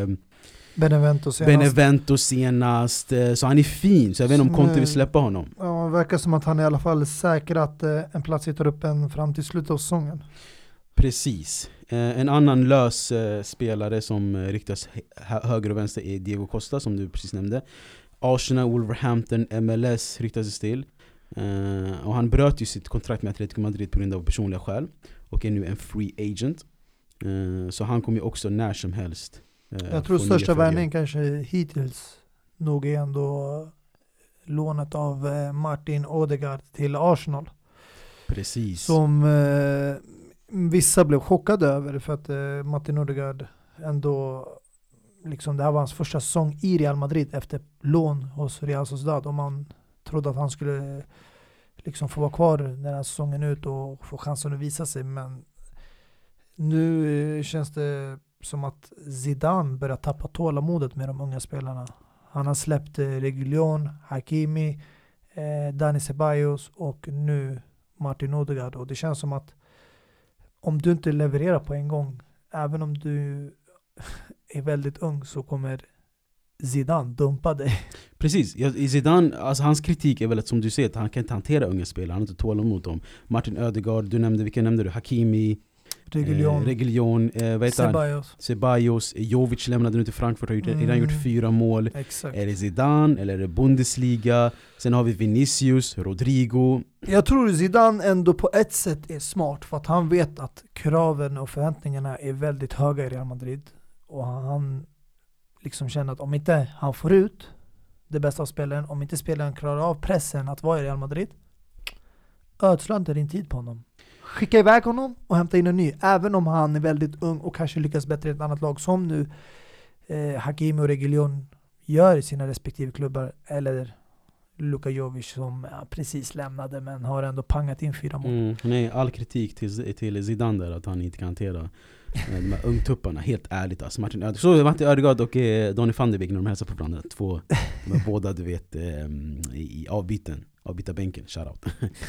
Benevento senast. Så han är fin, så jag vet inte om Conte vill släppa honom. Ja, det verkar som att han i alla fall säkrat en plats i truppen fram till slutet av säsongen. Precis. En annan lös spelare som ryktas höger och vänster är Diego Costa, som du precis nämnde. Arsenal, Wolverhampton, MLS ryktades till. Och han bröt ju sitt kontrakt med Atletico Madrid på grund av personliga skäl och är nu en free agent. Så han kommer ju också när som helst. Jag tror största värvningen kanske hittills nog är ändå lånet av Martin Odegaard till Arsenal. Precis. Som vissa blev chockade över, för att Martin Odegaard ändå liksom, det här var hans första säsong i Real Madrid efter lån hos Real Sociedad, och man trodde att han skulle liksom få vara kvar den här säsongen ut och få chansen att visa sig, men nu känns det som att Zidane börjar tappa tålamodet med de unga spelarna. Han har släppt Reguilón, Hakimi, Dani Ceballos och nu Martin Odegaard, och det känns som att om du inte levererar på en gång, även om du är väldigt ung, så kommer Zidane dumpa dig. Precis, Zidane, alltså hans kritik är väl att, som du säger, att han kan inte hantera unga spelare, han har inte tålamod mot dem. Martin Ödegaard, vilka nämnde du? Hakimi, Reguilón, Ceballos, Jovic lämnade nu till Frankfurt, har redan gjort 4 mål. Exakt. Är det Zidane eller är det Bundesliga? Sen har vi Vinicius, Rodrigo. Jag tror Zidane ändå på ett sätt är smart, för att han vet att kraven och förväntningarna är väldigt höga i Real Madrid, och han liksom känner att om inte han får ut det bästa av spelaren, om inte spelaren klarar av pressen att vara i Real Madrid, ödsla inte din tid på honom. Skicka iväg honom och hämta in en ny, även om han är väldigt ung och kanske lyckas bättre i ett annat lag, som nu Hakimi och Reguilón gör i sina respektive klubbar, eller Luka Jovic som precis lämnade men har ändå pangat in 4 mål. Nej, all kritik till Zidane där, att han inte kan hantera de här ungtupparna, helt ärligt. Alltså Martin Ödegaard och Donny van de Beek, när de hälsar på varandra, de är båda, du vet, i avbytarbänken, shoutout.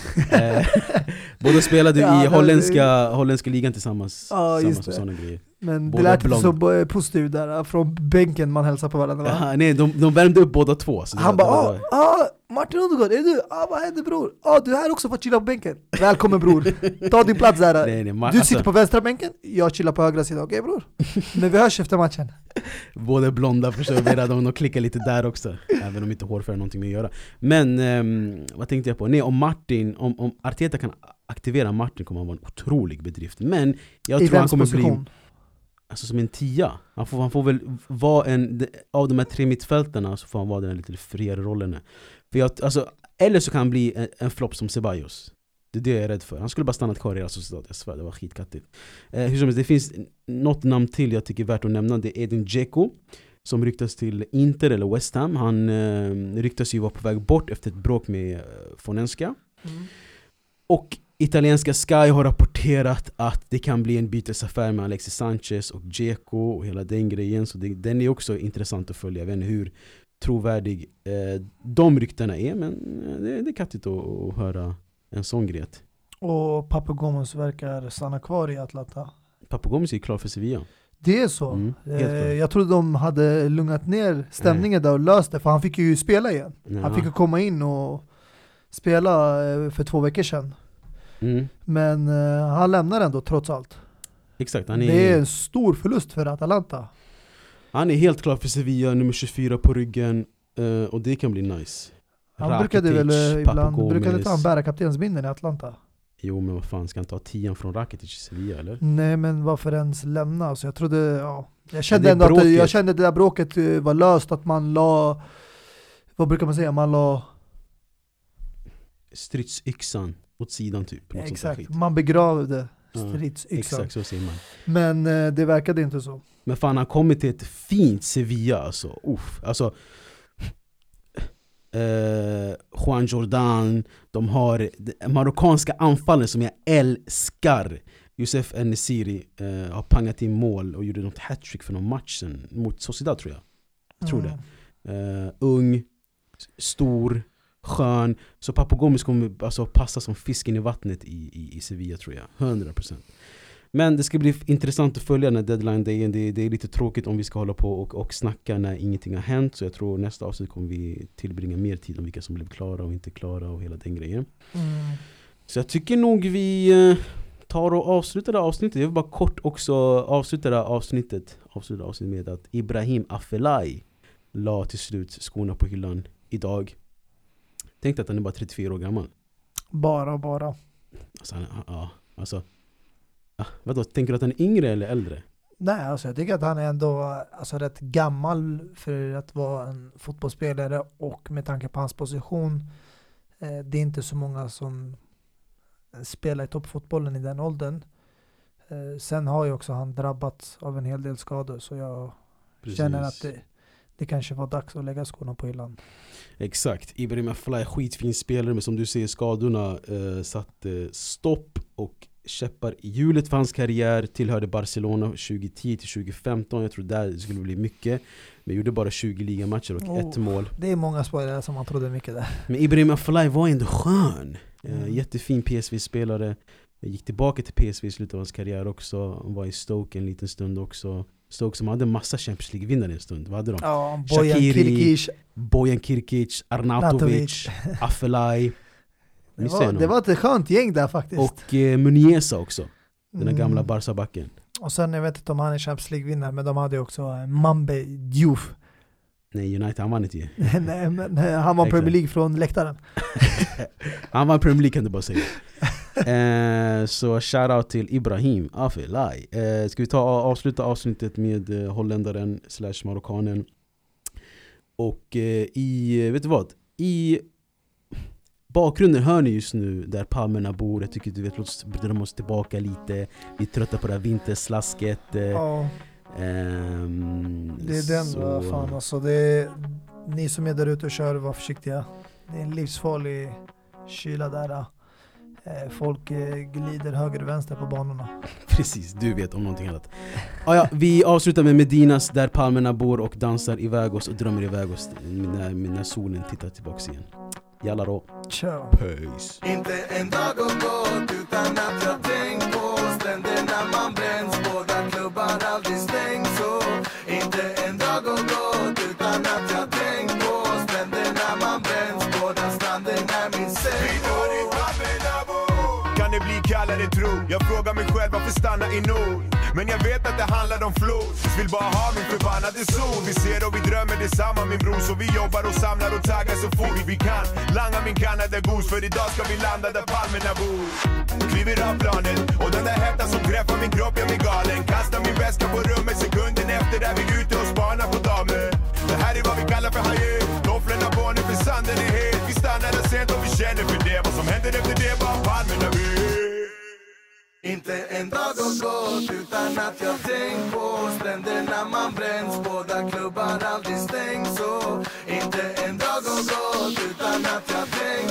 Båda spelade i holländska ligan tillsammans, och sådana grejer. Men båda det lät så positivt där, från bänken man hälsar på varandra, va? Nej, de värmde upp båda två. Så han bara, Martin Ödegaard, är du? Vad händer, bror? Du är här också för att chilla på bänken. Välkommen, bror. Ta din plats där. Du sitter på vänstra bänken, jag chillar på högra sidan. Okej, bror? Men vi hörs efter matchen. Båda blonda, försöker de klickar lite där också, även om inte hårfärg har någonting med att göra. Men vad tänkte jag på? Nej, om Arteta kan aktivera Martin, kommer han vara en otrolig bedrift. Men jag tror han kommer bli som en 10. Han får väl vara av de här 3 mittfältarna, så får han vara den lite friare rollen. Eller så kan han bli en flopp som Ceballos. Det är det jag är rädd för. Han skulle bara stannat kvar i Real Sociedad. Jag svär, det var skitkattigt. Hur som helst, det finns något namn till jag tycker är värt att nämna. Det är Edin Dzeko, som ryktas till Inter eller West Ham. Han ryktas ju vara på väg bort efter ett bråk med Fonenska. Och italienska Sky har rapporterat att det kan bli en bytesaffär med Alexis Sanchez och Dzeko och hela den grejen. Så den är också intressant att följa. Jag vet inte hur trovärdig de ryktena är, men det är kattigt att höra en sån grej. Och Papu Gomez verkar stanna kvar i Atlanta. Papu Gomez är klar för Sevilla. Det är så. Jag trodde de hade lugnat ner stämningen där och löst det, för han fick ju spela igen. Han fick ju komma in och spela för 2 veckor sedan. Men han lämnar ändå trots allt. Exakt, det är en stor förlust för Atalanta. Han är helt klar för Sevilla, nummer 24 på ryggen, och det kan bli nice. Han brukade väl ibland, brukade inte han bära kaptensbinden i Atlanta? Jo, men vad fan, ska han ta 10 från Rakitic i Sevilla, eller? Nej, men varför ens lämna? Så jag trodde, jag kände ändå att jag kände det där bråket var löst, att man la, vad brukar man säga, man la stridsyxan åt sidan typ. Exakt, man begravde stridsyxan. Exakt, så säger man. Men det verkade inte så. Men fan, han kommer till ett fint Sevilla, alltså. Alltså Juan Jordan, de har marockanska anfallen som jag älskar. Youssef En-Nesyri har pangat in mål och gjorde något hattrick för någon match sen, mot Sociedad tror jag tror det. Ung, stor, skön. Så Papu Gomes kommer alltså passa som fisken i vattnet i Sevilla tror jag, 100%. Men det ska bli intressant att följa den deadline dagen. Det är lite tråkigt om vi ska hålla på och snacka när ingenting har hänt. Så jag tror nästa avsnitt kommer vi tillbringa mer tid om vilka som blev klara och inte klara och hela den grejen. Så jag tycker nog vi tar och avslutar det avsnittet. Jag vill bara kort också avsluta det avsnittet med att Ibrahim Afellay la till slut skorna på hyllan idag. Tänk att han är bara 34 år gammal. Bara. Alltså, vadå, tänker du att han är yngre eller äldre? Nej, alltså jag tycker att han är ändå rätt gammal för att vara en fotbollsspelare, och med tanke på hans position, det är inte så många som spelar i toppfotbollen i den åldern. Sen har ju också han drabbats av en hel del skador, så jag känner att det kanske var dags att lägga skorna på hyllan. Exakt, Ibrahim Afellay, skitfin spelare, men som du säger, skadorna satte stopp och käppar i hjulet för hans karriär. Tillhörde Barcelona 2010 till 2015. Jag tror där det skulle bli mycket, men gjorde bara 20 ligamatcher och ett mål. Det är många spelare som man trodde mycket där. Men Ibrahim Afellay var ändå skön. Jättefin PSV-spelare. Gick tillbaka till PSV i slutet av hans karriär också. Han var i Stoke en liten stund också. Stoke som hade massa Champions League-vinnare en stund. Vad hade de? Ja, Bojan Kirkic, Arnautovic, Afellay. Det var ett skönt gäng där faktiskt. Och Muniesa också. Den här gamla Barca-backen. Och sen, jag vet inte om han är Champions League-vinnare, men de hade också Mambe Diouf. Nej, United, han vann inte ju. Nej, men han var Premier League från läktaren. Han var Premier League, kan du bara säga. Så shoutout till Ibrahim Afellay. Ska vi avsluta avsnittet med holländaren / marockanen. Och vet du vad? I bakgrunden hör ni just nu där palmerna bor. Jag tycker låt oss dra oss tillbaka lite. Vi är trötta på det här vinterslasket. Det är den fan alltså. Ni som är där ute och kör, var försiktiga. Det är en livsfarlig kyla där. Folk glider höger och vänster på banorna. Precis, du vet om någonting annat. Vi avslutar med Medinas där palmerna bor och dansar iväg oss och drömmer iväg oss när solen tittar tillbaka igen. Jalla då. Ciao. Peace. Inte en dag har gått utan att jag tänkt på stränderna man bränns, båda klubbar aldrig stängs. Så inte en dag har gått utan att jag tänkt på stränderna man bränns, båda stranden är min säng. Kan det bli kallare tro? Jag frågar mig själv varför stanna i nord. Men jag vet att det handlar om flod. Vill bara ha min förbannade sol. Vi ser och vi drömmer detsamma min bror. Så vi jobbar och samlar och taggar så fort vi kan. Langa min Canada Goose, för idag ska vi landa där palmerna bor. Kliver av planet och den där hettan som träffar min kropp gör mig galen. Kastar min väska på rummet sekunden efter där vi ute och spanar på damer. Det här är vad vi kallar för hajer. Tofflorna på nu för sanden är het. Vi stannar där sent och vi känner för det. Vad som händer efter det bara palmerna vet. Inte en dag har gått utan att jag tänkt på stränderna man bränns, båda klubbar aldrig stängs. Så inte en dag har gått utan att jag tänkt